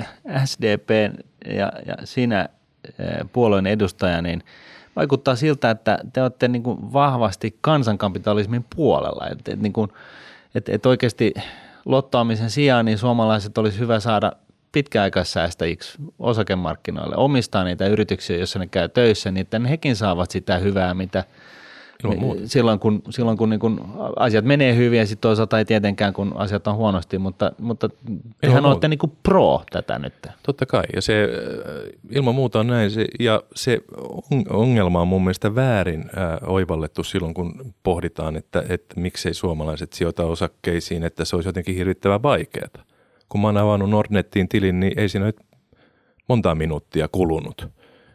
[SPEAKER 1] S D P ja, ja sinä puolueen edustaja, niin vaikuttaa siltä, että te olette niin kuin vahvasti kansankapitalismin puolella. Että et niin kuin, et, et oikeasti lottoamisen sijaan niin suomalaiset olisi hyvä saada pitkäaikaissäästäjiksi osakemarkkinoille, omistaa niitä yrityksiä, joissa ne käy töissä, niin että hekin saavat sitä hyvää, mitä silloin kun, silloin kun, niin kun asiat menee hyvin ja sitten toisaalta ei tietenkään, kun asiat on huonosti, mutta, mutta tehän olette niin kuin pro tätä nyt.
[SPEAKER 3] Totta kai, ja se ilman muuta on näin, se, ja se ongelma on mun mielestä väärin ää, oivallettu silloin, kun pohditaan, että, että miksei suomalaiset sijoita osakkeisiin, että se olisi jotenkin hirvittävän vaikeaa. Kun mä oon avannut Nordnettiin tilin, niin ei siinä nyt montaa minuuttia kulunut.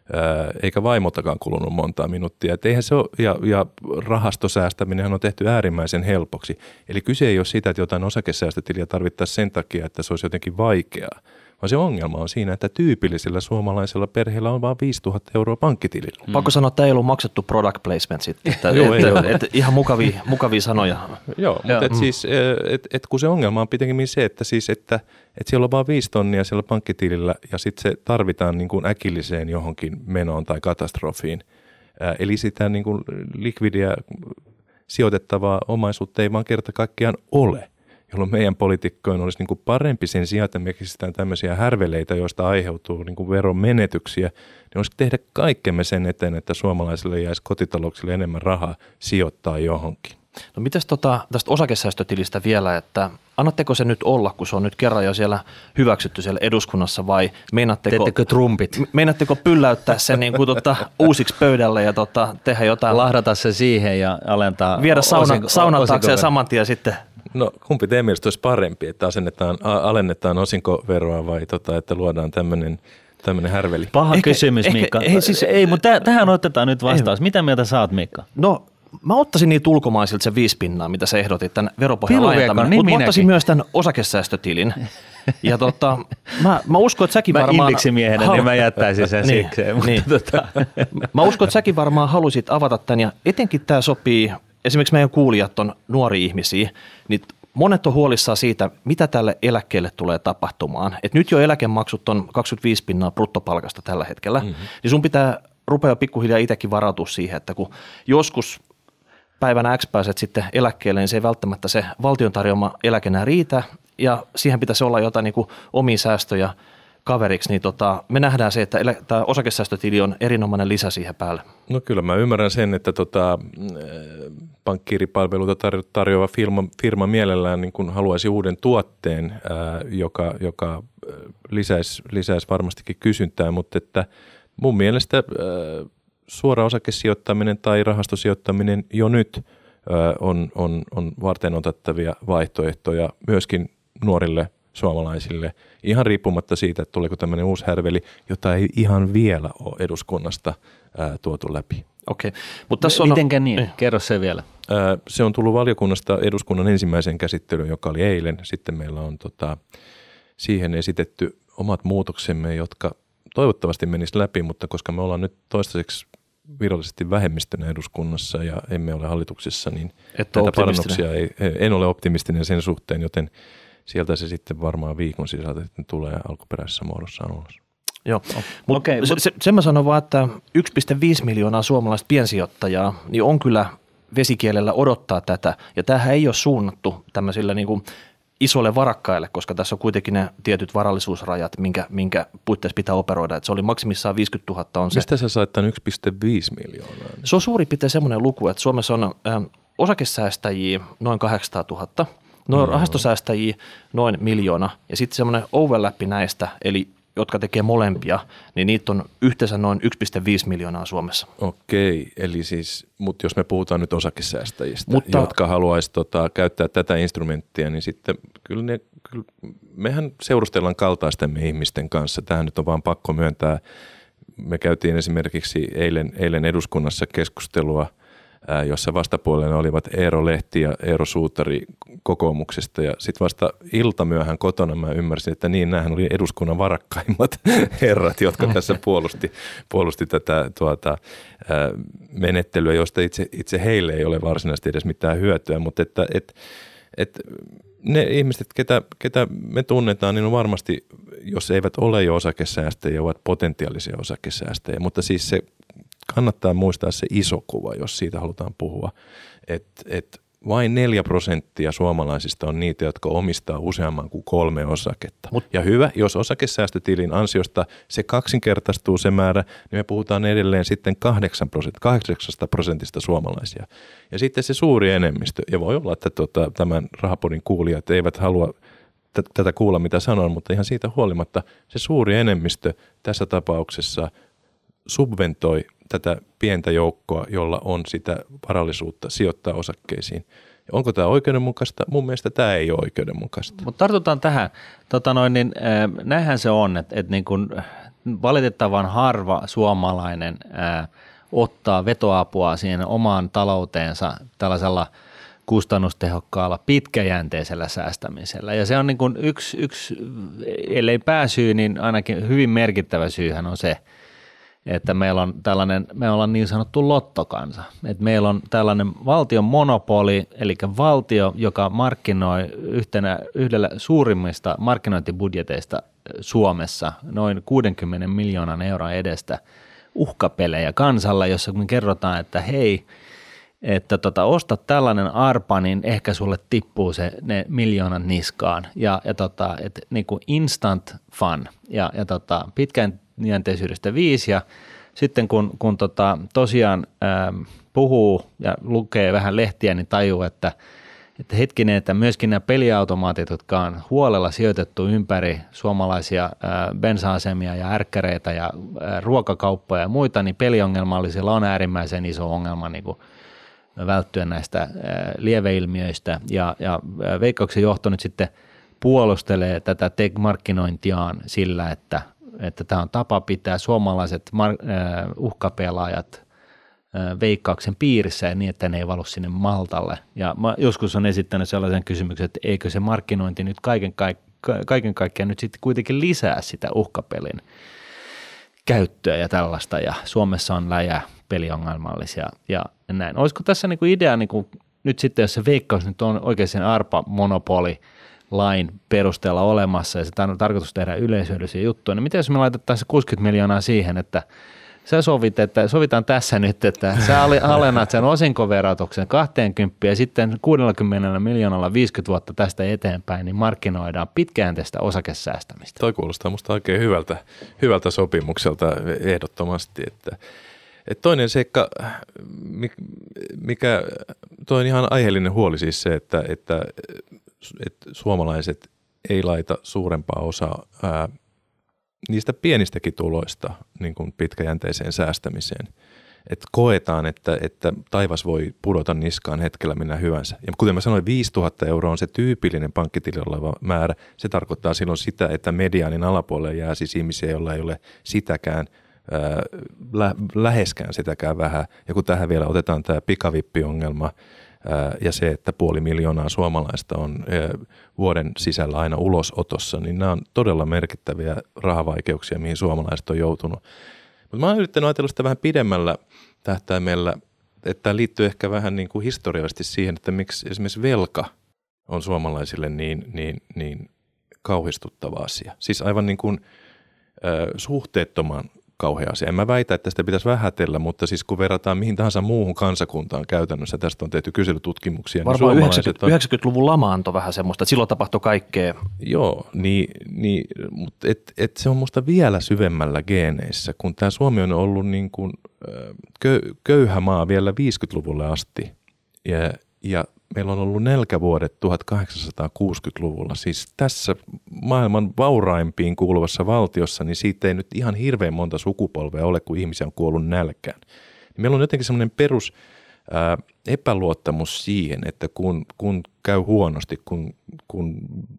[SPEAKER 3] Eikä vaimotakaan kulunut montaa minuuttia. Et eihän se ole, ja, ja rahastosäästäminen on tehty äärimmäisen helpoksi. Eli kyse ei ole sitä, että jotain osakesäästötiliä tarvittaisiin sen takia, että se olisi jotenkin vaikeaa. Vaan se ongelma on siinä, että tyypillisellä suomalaisella perheellä on vain viisituhatta euroa pankkitilillä.
[SPEAKER 2] Mm. Pakko sanoa, että ei ollut maksettu product placement sitten. Että, Joo, et, et, et, ihan mukavia, mukavia sanoja.
[SPEAKER 3] Joo, mutta et mm. siis, et, et kun se ongelma on pitemmin se, että, siis, että et siellä on vain viisi tonnia siellä pankkitilillä ja sitten se tarvitaan niin kuin äkilliseen johonkin menoon tai katastrofiin. Ää, eli sitä niin kuin likvidiä sijoitettavaa omaisuutta ei vaan kerta kaikkiaan ole, jolloin meidän poliitikkojen olisi niin kuin parempi sen sijaan, että me keksitään tämmöisiä härveleitä, joista aiheutuu niin kuin veron menetyksiä, niin olisi tehdä kaikkemme sen eteen, että suomalaisille jäisi kotitalouksille enemmän rahaa sijoittaa johonkin.
[SPEAKER 2] No mitäs tota, tästä osakesäästötilistä vielä, että annatteko se nyt olla, kun se on nyt kerran jo siellä hyväksytty siellä eduskunnassa vai meinatteko,
[SPEAKER 1] teettekö trumpit?
[SPEAKER 2] Meinatteko pylläyttää sen niin kuin tota, uusiksi pöydälle ja tota, tehdä jotain?
[SPEAKER 1] Lahdata se siihen ja alentaa
[SPEAKER 2] viedä sauna, saunan taakse ja saman tien sitten.
[SPEAKER 3] No kumpi teidän mielestä olisi parempi, että asennetaan, alennetaan osinkoveroa vai tota, että luodaan tämmöinen tämmöinen härveli?
[SPEAKER 1] Paha ehkä, kysymys, ehkä, Mikka. Ei, siis, ei, mutta tähän otetaan nyt vastaus. Ei. Mitä mieltä sä oot, Mikka?
[SPEAKER 2] No mä ottaisin niitä ulkomaisilta se viisi pinnaa, mitä sä ehdotit, tämän veropohjan laajentaminen, niin mutta mä ottaisin myös tämän osakesäästötilin. Ja tota, mä, mä uskon, että säkin
[SPEAKER 1] mä
[SPEAKER 2] varmaan...
[SPEAKER 1] Mä indeksimiehenä, halu... niin mä jättäisin sen niin, sikseen. Mutta
[SPEAKER 2] niin.
[SPEAKER 1] tota...
[SPEAKER 2] Mä uskon, että säkin varmaan halusit avata tämän, ja etenkin tämä sopii, esimerkiksi meidän kuulijat on nuoria ihmisiä, niin monet on huolissaan siitä, mitä tälle eläkkeelle tulee tapahtumaan. Et nyt jo eläkemaksut on kaksikymmentäviisi pinnaa bruttopalkasta tällä hetkellä, mm-hmm. niin sun pitää rupea pikkuhiljaa itsekin varautua siihen, että kun joskus päivänä X pääset sitten eläkkeelle, niin se ei välttämättä se valtion tarjoama eläke enää riitä, ja siihen pitäisi olla jotain niin kuin omia säästöjä kaveriksi, niin tota, me nähdään se, että elä, tämä osakesäästötili on erinomainen lisä siihen päälle.
[SPEAKER 3] No kyllä mä ymmärrän sen, että tota, pankkiiripalveluita tar- tarjoava firma, firma mielellään niin kuin haluaisi uuden tuotteen, ää, joka, joka lisäisi, lisäisi varmastikin kysyntää, mutta että mun mielestä ää, suora osakesijoittaminen tai rahastosijoittaminen jo nyt ää, on, on, on varten otettavia vaihtoehtoja myöskin nuorille suomalaisille, ihan riippumatta siitä, että tuleeko tämmöinen uusi härveli, jota ei ihan vielä ole eduskunnasta ää, tuotu läpi.
[SPEAKER 2] Okei, mutta tässä on...
[SPEAKER 1] Mitenkä niin? Eh. Kerro se vielä.
[SPEAKER 3] Ää, se on tullut valiokunnasta eduskunnan ensimmäiseen käsittelyyn, joka oli eilen. Sitten meillä on tota, siihen esitetty omat muutoksemme, jotka toivottavasti menis läpi, mutta koska me ollaan nyt toistaiseksi virallisesti vähemmistönä eduskunnassa ja emme ole hallituksessa, niin
[SPEAKER 2] Et
[SPEAKER 3] näitä parannuksia ei, en ole optimistinen sen suhteen, joten sieltä se sitten varmaan viikon sisältä tulee alkuperäisessä muodossaan ulos.
[SPEAKER 2] Joo, mutta okay, se, se, sen mä sanon vaan, että yksi pilkku viisi miljoonaa suomalaista piensijoittajaa niin on kyllä vesikielellä odottaa tätä, ja tämähän ei ole suunnattu tämmöisillä niin kuin isolle varakkaille, koska tässä on kuitenkin ne tietyt varallisuusrajat, minkä, minkä puitteissa pitää operoida, että se oli maksimissaan viisikymmentätuhatta on se.
[SPEAKER 3] Mistä sä sait tämän yksi pilkku viisi miljoonaa?
[SPEAKER 2] Se on suurin piirtein semmoinen luku, että Suomessa on äh, osakesäästäjiä noin kahdeksansataatuhatta, noin no. rahastosäästäjiä noin miljoona, ja sitten semmoinen overlappi näistä, eli jotka tekee molempia, niin niitä on yhteensä noin yksi pilkku viisi miljoonaa Suomessa.
[SPEAKER 3] Okei, eli siis, mutta jos me puhutaan nyt osakesäästäjistä, mutta, jotka haluaisi tota, käyttää tätä instrumenttia, niin sitten kyllä ne kyllä mehän seurustellaan kaltaistemme ihmisten kanssa. Tähän nyt on vaan pakko myöntää. Me käytiin esimerkiksi eilen, eilen eduskunnassa keskustelua, ää, jossa vastapuolella olivat Eero Lehti ja Eero Suutari kokoomuksesta. Ja sitten vasta iltamyöhään kotona mä ymmärsin, että niin, näähän oli eduskunnan varakkaimmat herrat, jotka tässä puolusti, puolusti tätä tuota, ää, menettelyä, josta itse, itse heille ei ole varsinaisesti edes mitään hyötyä, mutta että et, et, ne ihmiset, ketä, ketä me tunnetaan, niin on varmasti, jos eivät ole jo osakesäästäjiä, ovat potentiaalisia osakesäästäjiä. Mutta siis se kannattaa muistaa se iso kuva, jos siitä halutaan puhua, että et vain neljä prosenttia suomalaisista on niitä, jotka omistaa useamman kuin kolme osaketta. Mut. Ja hyvä, jos osakesäästötilin ansiosta se kaksinkertaistuu se määrä, niin me puhutaan edelleen sitten kahdeksan prosentista suomalaisia. Ja sitten se suuri enemmistö, ja voi olla, että tota, tämän rahapodin kuulijat eivät halua t- tätä kuulla, mitä sanon, mutta ihan siitä huolimatta se suuri enemmistö tässä tapauksessa subventoi tätä pientä joukkoa, jolla on sitä varallisuutta sijoittaa osakkeisiin. Ja onko tämä oikeudenmukaista? Mun mielestä tämä ei ole oikeudenmukaista.
[SPEAKER 1] Mutta tartutaan tähän. Tota noin, niin, äh, näinhän se on, että et niin kun valitettavan harva suomalainen äh, ottaa vetoapua siihen omaan talouteensa tällaisella kustannustehokkaalla, pitkäjänteisellä säästämisellä. Ja se on niin kun yksi, yksi, ellei pääsyy, niin ainakin hyvin merkittävä syyhän on se, että meillä on tällainen, me ollaan niin sanottu lottokansa, että meillä on tällainen valtion monopoli, eli valtio, joka markkinoi yhtenä, yhdellä suurimmista markkinointibudjeteista Suomessa noin kuudenkymmenen miljoonan euron edestä uhkapelejä kansalle, jossa me kerrotaan, että hei, että tota, osta tällainen arpa, niin ehkä sulle tippuu se ne miljoonat niskaan ja, ja tota, et, niin kuin instant fun ja, ja tota, pitkän jänteisyydestä viisi ja sitten kun, kun tota, tosiaan ää, puhuu ja lukee vähän lehtiä, niin tajuu, että, että hetkinen, että myöskin nämä peliautomaatit, jotka on huolella sijoitettu ympäri suomalaisia ää, bensa-asemia ja ärkkäreitä ja ää, ruokakauppoja ja muita, niin peliongelmallisilla on äärimmäisen iso ongelma niin kuin välttyä näistä ää, lieveilmiöistä ja, ja Veikkauksen johto nyt sitten puolustelee tätä markkinointiaan sillä, että että tämä on tapa pitää suomalaiset mar- äh, uhkapelaajat äh, Veikkauksen piirissä ja niin, että ne ei valu sinne Maltalle. Ja mä joskus on esittänyt sellaisen kysymyksen, että eikö se markkinointi nyt kaiken, kaik- kaiken kaikkiaan nyt sitten kuitenkin lisää sitä uhkapelin käyttöä ja tällaista. Ja Suomessa on läjä peliongelmallisia ja näin. Olisiko tässä niinku idea niinku, nyt sitten, jos se Veikkaus nyt on oikein sen arpa-monopoli, lain perusteella olemassa ja se on tarkoitus tehdä yleishyödyllisiä juttuja, niin miten jos me laitettaisiin kuusikymmentä miljoonaa siihen, että sä sovit, että sovitaan tässä nyt, että sä alennat sen osinkoverotuksen kaksikymmentä ja sitten kuusikymmentä miljoonalla viisikymmentä vuotta tästä eteenpäin, niin markkinoidaan pitkäjänteistä osakesäästämistä.
[SPEAKER 3] Toi kuulostaa musta oikein hyvältä, hyvältä sopimukselta ehdottomasti, että Et toinen seikka, mikä toi on ihan aiheellinen huoli siis se, että, että, että suomalaiset ei laita suurempaa osaa ää, niistä pienistäkin tuloista niin kuin pitkäjänteiseen säästämiseen. Että koetaan, että, että taivas voi pudota niskaan hetkellä minä hyvänsä. Ja kuten mä sanoin, viisituhatta euroa on se tyypillinen pankkitilillä oleva määrä. Se tarkoittaa silloin sitä, että mediaanin alapuolelle jää siis ihmisiä, joilla ei ole sitäkään, ää, lä- läheskään sitäkään vähän. Ja kun tähän vielä otetaan tämä pikavippiongelma ää, ja se, että puoli miljoonaa suomalaista on ää, vuoden sisällä aina ulosotossa, niin nämä on todella merkittäviä rahavaikeuksia, mihin suomalaiset on joutunut. Mutta mä oon yrittänyt ajatella sitä vähän pidemmällä tähtäimellä, että tämä liittyy ehkä vähän niin kuin historiallisesti siihen, että miksi esimerkiksi velka on suomalaisille niin, niin, niin kauhistuttava asia. Siis aivan niin kuin äh, suhteettoman kauhea asia. En mä väitä, että sitä pitäisi vähätellä, mutta siis kun verrataan mihin tahansa muuhun kansakuntaan käytännössä, tästä on tehty kyselytutkimuksia.
[SPEAKER 2] Varmaan niin yhdeksänkymmentä, on, yhdeksänkymmentäluvun lama antoi vähän semmoista, että silloin tapahtui kaikkea.
[SPEAKER 3] Joo, niin, niin, mutta et, et se on musta vielä syvemmällä geeneissä, kun tämä Suomi on ollut niin kuin kö, köyhä maa vielä viisikymmentäluvulle asti ja, ja meillä on ollut nälkävuodet tuhatkahdeksansataakuusikymmentäluvulla, siis tässä maailman vauraimpiin kuuluvassa valtiossa, niin siitä ei nyt ihan hirveän monta sukupolvea ole, kun ihmisiä on kuollut nälkään. Meillä on jotenkin semmoinen perus ää, epäluottamus siihen, että kun, kun käy huonosti, kun, kun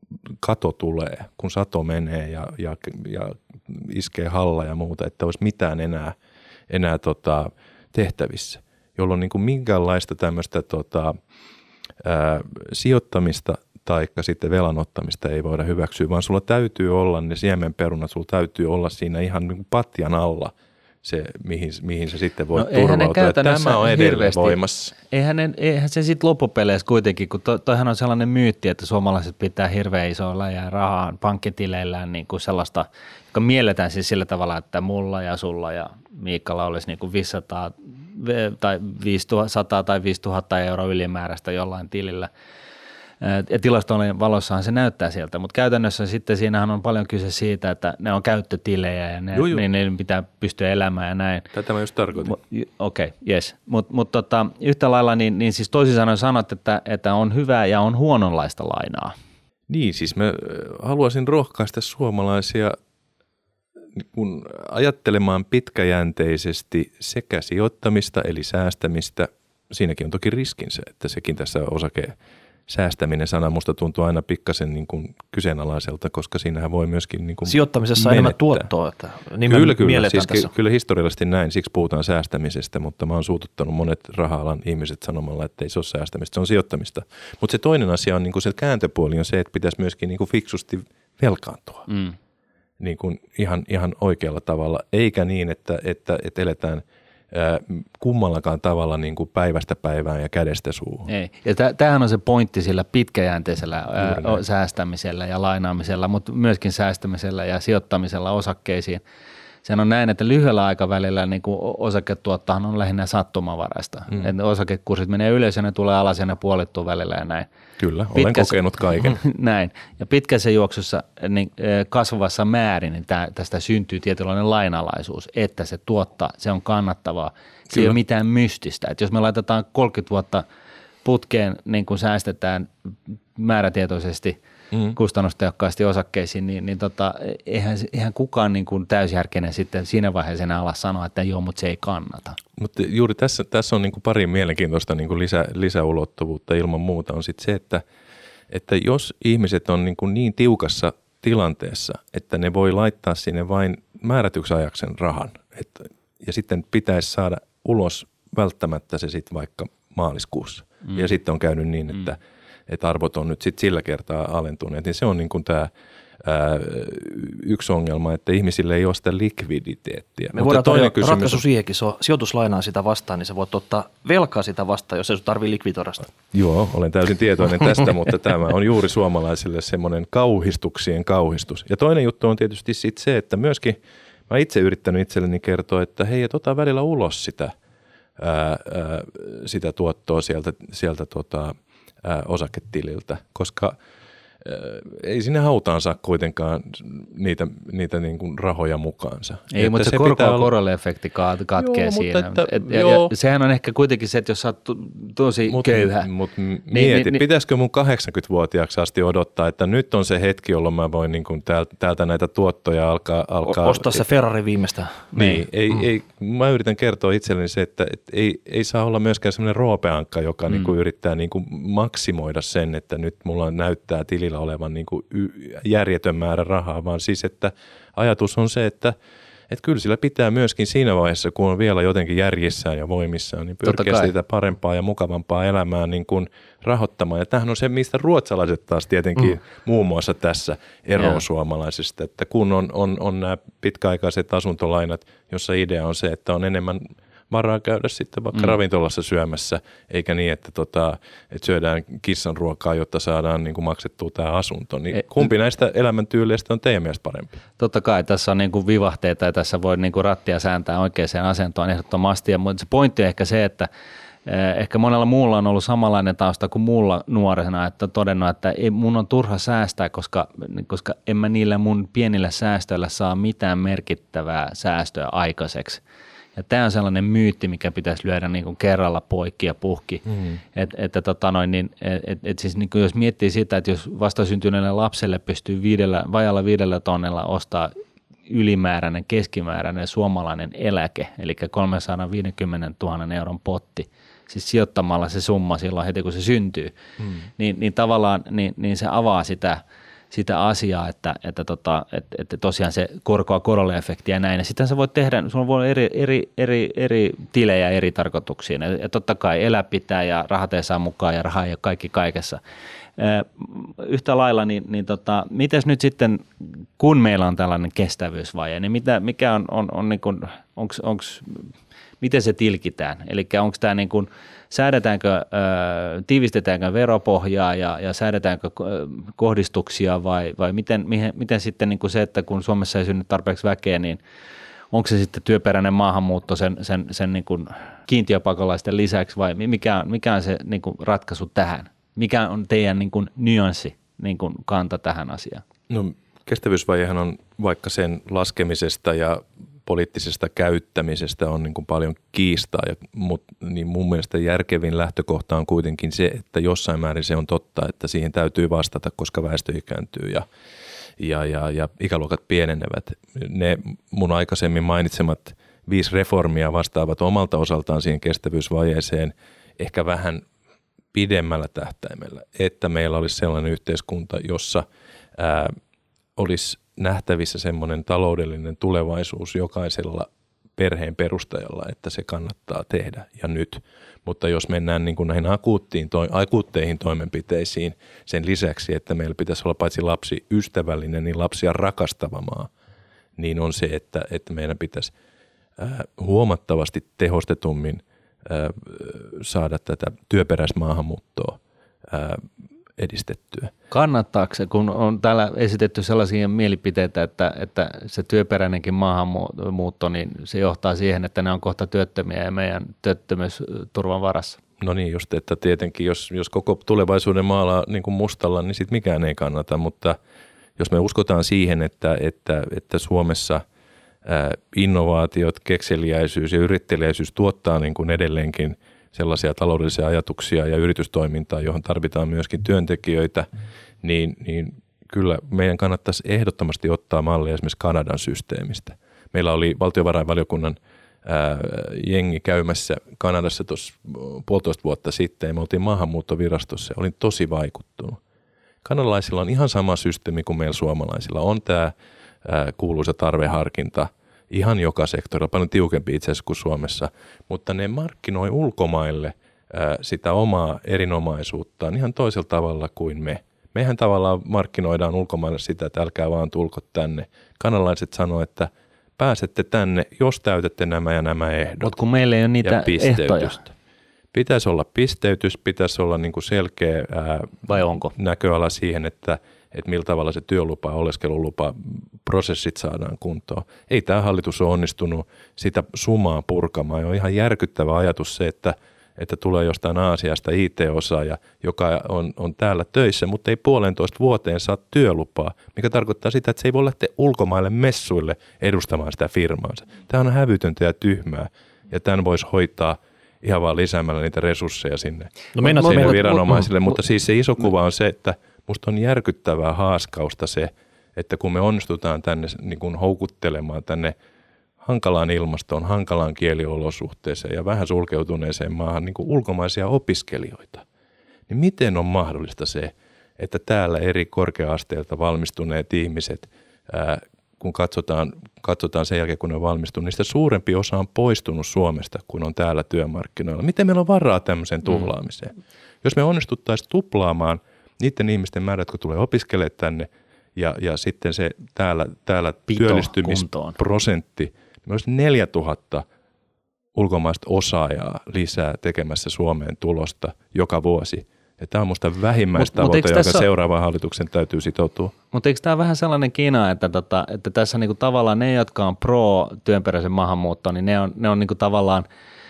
[SPEAKER 3] kato tulee, kun sato menee ja, ja, ja iskee halla ja muuta, että olisi mitään enää, enää tota, tehtävissä, jolloin niin kuin minkäänlaista tämmöistä tota, ää, sijoittamista tai sitten velanottamista ei voida hyväksyä, vaan sulla täytyy olla ne siemenperunat, sulla täytyy olla siinä ihan niin kuin patjan alla se, mihin, mihin se sitten voi no, turvautua. Tämä on edelleen voimassa.
[SPEAKER 1] Eihän, ne, eihän se sitten loppupeleissä kuitenkin, kun to, toihan on sellainen myytti, että suomalaiset pitää hirveän isoilla ja rahaa pankkitileillään niin kuin sellaista, joka mielletään siis sillä tavalla, että mulla ja sulla ja Miikalla olisi niin kuin viisisataa tai viisisataa tai viisituhatta euroa ylimääräistä jollain tilillä. Ja tilastojen valossahan se näyttää sieltä, mutta käytännössä sitten siinähän on paljon kyse siitä, että ne on käyttötilejä ja ne, niin ne pitää pystyä elämään ja näin.
[SPEAKER 3] Tätä mä just tarkoitin.
[SPEAKER 1] Okei, okay, jes. Mutta mut tota, yhtä lailla, niin, niin siis toisin sanoen sanot, että, että on hyvää ja on huononlaista lainaa.
[SPEAKER 3] Niin, siis mä haluaisin rohkaista suomalaisia kun ajattelemaan pitkäjänteisesti sekä sijoittamista eli säästämistä. Siinäkin on toki riskinsä, että sekin tässä osake säästäminen sana musta tuntuu aina pikkasen niin kuin kyseenalaiselta, koska siinähän voi myöskin niin kuin
[SPEAKER 2] sijoittamisessa on enemmän tuottoa. Että
[SPEAKER 3] kyllä, kyllä, siis ky- kyllä historiallisesti näin, siksi puhutaan säästämisestä, mutta mä oon suututtanut monet raha-alan ihmiset sanomalla, että ei se ole säästämistä, se on sijoittamista. Mutta se toinen asia on niin kuin se kääntöpuoli on se, että pitäisi myöskin niin kuin fiksusti velkaantua mm. niin kuin ihan, ihan oikealla tavalla, eikä niin, että, että, että eletään kummallakaan tavalla niin kuin päivästä päivään ja kädestä suuhun.
[SPEAKER 1] Ei. Ja tämähän on se pointti sillä pitkäjänteisellä ää, säästämisellä ja lainaamisella, mutta myöskin säästämisellä ja sijoittamisella osakkeisiin. Sehän on näin, että lyhyellä aikavälillä niin kuin osaketuottohan on lähinnä sattumavaraista. Mm. Että osakekurssit menee ylös ja ne tulee alas ja ne puolittuu välillä ja näin.
[SPEAKER 3] Kyllä, olen Pitkässä, kokenut kaiken.
[SPEAKER 1] Näin. Ja pitkässä juoksussa niin kasvavassa määrin niin tästä syntyy tietynlainen lainalaisuus, että se tuottaa, se on kannattavaa. Se Kyllä. ei ole mitään mystistä. Että jos me laitetaan kolmekymmentä vuotta putkeen, niin kun säästetään määrätietoisesti mm. kustannustehokkaasti osakkeisiin, niin, niin tota, eihän, eihän kukaan niin kuin täysjärkinen sitten siinä vaiheessa enää ala sanoa, että joo, mutta se ei kannata.
[SPEAKER 3] Mutta juuri tässä, tässä on niin kuin pari mielenkiintoista niin kuin lisä, lisäulottuvuutta ilman muuta on sitten se, että, että jos ihmiset on niin, kuin niin tiukassa tilanteessa, että ne voi laittaa sinne vain määrätyksi ajaksen rahan että, ja sitten pitäisi saada ulos välttämättä se sitten vaikka maaliskuussa mm. ja sitten on käynyt niin, että mm. että arvot on nyt sitten sillä kertaa alentuneet, niin se on niin kuin tämä ää, yksi ongelma, että ihmisille ei ole sitä likviditeettiä.
[SPEAKER 2] Me voidaan toinen kysymys ratkaisu siihenkin, se on sijoituslainaa sitä vastaan, niin sä voit ottaa velkaa sitä vastaan, jos ei tarvitse likvidoida sitä.
[SPEAKER 3] Joo, olen täysin tietoinen tästä, mutta tämä on juuri suomalaisille semmoinen kauhistuksien kauhistus. Ja toinen juttu on tietysti sitten se, että myöskin mä itse yrittänyt itselleni kertoa, että hei, et ota välillä ulos sitä, ää, ää, sitä tuottoa sieltä, sieltä tota, osaketililtä, koska ei sinne hautaan saa kuitenkaan niitä, niitä niin kuin rahoja mukaansa.
[SPEAKER 1] Ei, että mutta se, se korko- korolle-efekti katkee joo, siinä. Että, et, ja, ja sehän on ehkä kuitenkin se, että jos sä oot tosi mut, köyhä.
[SPEAKER 3] Mutta niin, mieti, niin, pitäisikö mun kahdeksankymmentävuotiaaksi asti odottaa, että nyt on se hetki, jolloin mä voin niin kuin täältä, täältä näitä tuottoja alkaa. alkaa
[SPEAKER 2] ostaa se Ferrari viimeistä.
[SPEAKER 3] Niin, ei, mm. ei, mä yritän kertoa itselleni se, että et ei, ei saa olla myöskään semmoinen roopeankka, joka mm. niin kuin yrittää niin kuin maksimoida sen, että nyt mulla näyttää tilillä olevan niin kuin järjetön määrä rahaa, vaan siis, että ajatus on se, että, että kyllä sillä pitää myöskin siinä vaiheessa, kun on vielä jotenkin järjissään ja voimissaan, niin pyrkiä sitä parempaa ja mukavampaa elämää niin kuin rahoittamaan. Ja tämähän on se, mistä ruotsalaiset taas tietenkin mm. muun muassa tässä eroon suomalaisista, että kun on, on, on nämä pitkäaikaiset asuntolainat, jossa idea on se, että on enemmän varaa käydä sitten vaikka mm. ravintolassa syömässä, eikä niin, että, tota, että syödään kissan ruokaa, jotta saadaan niin kuin maksettua tämä asunto. Niin kumpi näistä elämäntyyleistä on teidän mielestä parempi?
[SPEAKER 1] Totta kai, tässä on niin kuin vivahteita ja tässä voi niin kuin rattia sääntää oikeaan asentoon ehdottomasti. Mutta se pointti on ehkä se, että ehkä monella muulla on ollut samanlainen tausta kuin muulla nuorena, että todennut, että ei, mun on turha säästää, koska, koska en mä niillä mun pienillä säästöillä saa mitään merkittävää säästöä aikaiseksi. Ja tämä on sellainen myytti, mikä pitäisi lyödä niin kuin kerralla poikki ja puhki. Mm. Et, että tota noin, niin, et, et siis niin kuin jos miettii sitä, että jos vastasyntyneelle lapselle pystyy viidellä, vajalla viidellä tonnella ostaa ylimääräinen, keskimääräinen suomalainen eläke, eli kolmesataaviisikymmentätuhatta euron potti, siis sijoittamalla se summa silloin heti kun se syntyy, mm. niin, niin tavallaan niin, niin se avaa sitä sitä asiaa, että, että, tota, että, että tosiaan se korkoa korolle efekti ja näin. Ja sitten sä voit tehdä, sulla voi olla eri, eri, eri, eri tilejä eri tarkoituksiin. Ja, ja totta kai elää pitää ja rahat ei saa mukaan ja raha ei ole kaikki kaikessa. Yhtä lailla, niin, niin tota, mites nyt sitten, kun meillä on tällainen kestävyysvaje, niin mitä, mikä on, on, on niin kuin, onks, onks, miten se tilkitään? Eli onko tämä niin kuin, säädetäänkö, äh, tiivistetäänkö veropohjaa ja, ja säädetäänkö kohdistuksia vai, vai miten, miten, miten sitten niin kuin se, että kun Suomessa ei synny tarpeeksi väkeä, niin onko se sitten työperäinen maahanmuutto sen, sen, sen niin kuin kiintiöpakolaisten lisäksi vai mikä on, mikä on se niin kuin ratkaisu tähän? Mikä on teidän niin kuin nyanssi, niin kuin kanta tähän asiaan?
[SPEAKER 3] No kestävyysvajehan on vaikka sen laskemisesta ja poliittisesta käyttämisestä on niin kuin paljon kiistaa, mutta niin mun mielestä järkevin lähtökohta on kuitenkin se, että jossain määrin se on totta, että siihen täytyy vastata, koska väestö ikääntyy ja, ja, ja, ja ikäluokat pienenevät. Ne mun aikaisemmin mainitsemat viisi reformia vastaavat omalta osaltaan siihen kestävyysvajeeseen ehkä vähän pidemmällä tähtäimellä, että meillä olisi sellainen yhteiskunta, jossa ää, olisi nähtävissä semmoinen taloudellinen tulevaisuus jokaisella perheen perustajalla, että se kannattaa tehdä ja nyt. Mutta jos mennään niin kuin näihin akuuttiin, to, akuutteihin toimenpiteisiin sen lisäksi, että meillä pitäisi olla paitsi lapsi ystävällinen, niin lapsia rakastava maa, niin on se, että, että meidän pitäisi ää, huomattavasti tehostetummin ää, saada tätä työperäismaahanmuuttoa ää, edistettyä.
[SPEAKER 1] Kannattaako se, kun on täällä esitetty sellaisia mielipiteitä, että, että se työperäinenkin maahanmuutto, niin se johtaa siihen, että ne on kohta työttömiä ja meidän työttömyysturvan varassa?
[SPEAKER 3] No niin, just, että tietenkin jos, jos koko tulevaisuuden maalaa niin kuin mustalla, niin sitten mikään ei kannata, mutta jos me uskotaan siihen, että, että, että Suomessa ää, innovaatiot, kekseliäisyys ja yritteliäisyys tuottaa niin kuin edelleenkin sellaisia taloudellisia ajatuksia ja yritystoimintaa, johon tarvitaan myöskin työntekijöitä, niin, niin kyllä meidän kannattaisi ehdottomasti ottaa mallia esimerkiksi Kanadan systeemistä. Meillä oli valtiovarainvaliokunnan ää, jengi käymässä Kanadassa tuossa puolitoista vuotta sitten ja me oltiin maahanmuuttovirastossa ja olin tosi vaikuttunut. Kanadalaisilla on ihan sama systeemi kuin meillä suomalaisilla. On tämä ää, kuuluisa tarveharkinta, ihan joka sektorilla, paljon tiukempi itse asiassa kuin Suomessa, mutta ne markkinoi ulkomaille ää, sitä omaa erinomaisuuttaan ihan toisella tavalla kuin me. Mehän tavallaan markkinoidaan ulkomaille sitä, että älkää vaan tulko tänne. Kanalaiset sanoo, että pääsette tänne, jos täytätte nämä ja nämä ehdot.
[SPEAKER 1] Mutta kun meillä ei ole niitä ehtoja.
[SPEAKER 3] Pitäisi olla pisteytys, pitäisi olla niin kuin selkeä ää,
[SPEAKER 1] vai onko
[SPEAKER 3] näköala siihen, että että millä tavalla se työlupa, oleskelulupa, prosessit saadaan kuntoon. Ei tämä hallitus ole onnistunut sitä sumaa purkamaan. Ja on ihan järkyttävä ajatus se, että, että tulee jostain Aasiasta I T-osaaja, joka on, on täällä töissä, mutta ei puolentoista vuoteen saa työlupaa, mikä tarkoittaa sitä, että se ei voi lähteä ulkomaille messuille edustamaan sitä firmaansa. Tämä on hävytöntä ja tyhmää, ja tämän voisi hoitaa ihan vaan lisäämällä niitä resursseja sinne, no, sinne mennä, viranomaisille. Mutta siis se iso kuva on se, että musta on järkyttävää haaskausta se, että kun me onnistutaan tänne niin kuin houkuttelemaan tänne hankalaan ilmastoon, hankalaan kieliolosuhteeseen ja vähän sulkeutuneeseen maahan niin kuin ulkomaisia opiskelijoita, niin miten on mahdollista se, että täällä eri korkea-asteilta valmistuneet ihmiset, ää, kun katsotaan, katsotaan sen jälkeen, kun ne on valmistunut, niistä suurempi osa on poistunut Suomesta, kun on täällä työmarkkinoilla. Miten meillä on varaa tämmöiseen tuhlaamiseen? Mm. Jos me onnistuttaisiin tuplaamaan niiden ihmisten määrät, jotka tulee opiskelemaan tänne, ja, ja sitten se täällä, täällä työllistymisprosentti, niin olisi neljätuhatta ulkomaista osaajaa lisää tekemässä Suomeen tulosta joka vuosi. Ja tämä on minusta vähimmäistavoite, joka tässä seuraavan hallituksen täytyy sitoutua.
[SPEAKER 1] Mutta eikö tämä vähän sellainen Kiina, että, tota, että tässä niinku tavallaan ne, jotka on pro-työnperäisen maahanmuuttoon, niin ne on, ne on niinku tavallaan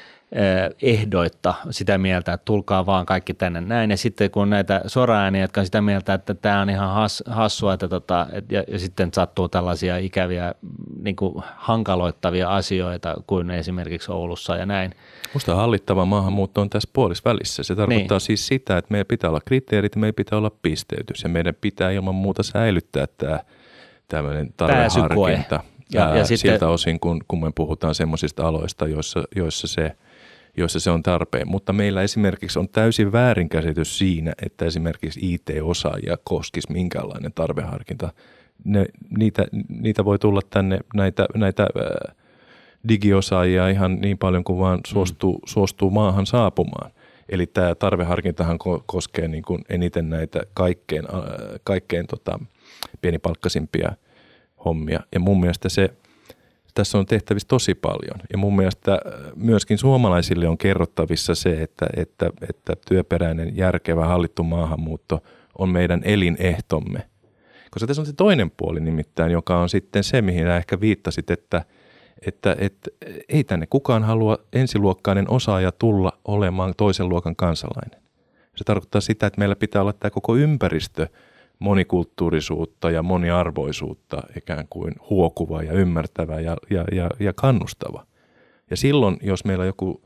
[SPEAKER 1] ehdoitta sitä mieltä, että tulkaa vaan kaikki tänne näin. Ja sitten kun on näitä soraääniä, jotka on sitä mieltä, että tämä on ihan has, hassua, että tota, et, ja, ja sitten sattuu tällaisia ikäviä niin kuin hankaloittavia asioita kuin esimerkiksi Oulussa ja näin.
[SPEAKER 3] Musta hallittava maahanmuutto on tässä puolisvälissä. Se tarkoittaa niin. siis sitä, että meillä pitää olla kriteerit ja meillä pitää olla pisteytys ja meidän pitää ilman muuta säilyttää tämä tämmöinen tarveharkinta. Ja, ja siltä sitten osin, kun, kun me puhutaan semmoisista aloista, joissa, joissa se joissa se on tarpeen. Mutta meillä esimerkiksi on täysin väärinkäsitys siinä, että esimerkiksi I T-osaajia koskisi minkäänlainen tarveharkinta. Ne, niitä, niitä voi tulla tänne näitä, näitä äh, digiosaajia ihan niin paljon kuin vaan suostuu, mm. suostuu maahan saapumaan. Eli tämä tarveharkintahan ko- koskee niin kuin eniten näitä kaikkein, äh, kaikkein tota, pienipalkkaisimpia hommia. Ja mun mielestä se, tässä on tehtävissä tosi paljon. Ja mun mielestä myöskin suomalaisille on kerrottavissa se, että, että, että työperäinen, järkevä, hallittu maahanmuutto on meidän elinehtomme. Koska tässä on se toinen puoli nimittäin, joka on sitten se, mihin ehkä viittasit, että, että, että ei tänne kukaan halua ensiluokkainen osaaja tulla olemaan toisen luokan kansalainen. Se tarkoittaa sitä, että meillä pitää olla tämä koko ympäristö monikulttuurisuutta ja moniarvoisuutta ikään kuin huokuva ja ymmärtävä ja, ja, ja, ja kannustava. Ja silloin, jos meillä joku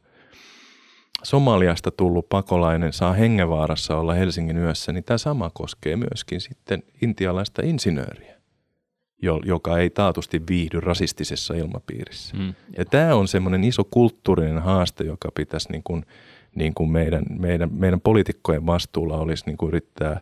[SPEAKER 3] Somaliasta tullut pakolainen saa hengenvaarassa olla Helsingin yössä, niin tämä sama koskee myöskin sitten intialaista insinööriä, joka ei taatusti viihdy rasistisessa ilmapiirissä. Mm. Ja tämä on semmoinen iso kulttuurinen haaste, joka pitäisi niin kuin, niin kuin meidän, meidän, meidän poliitikkojen vastuulla olisi niin kuin yrittää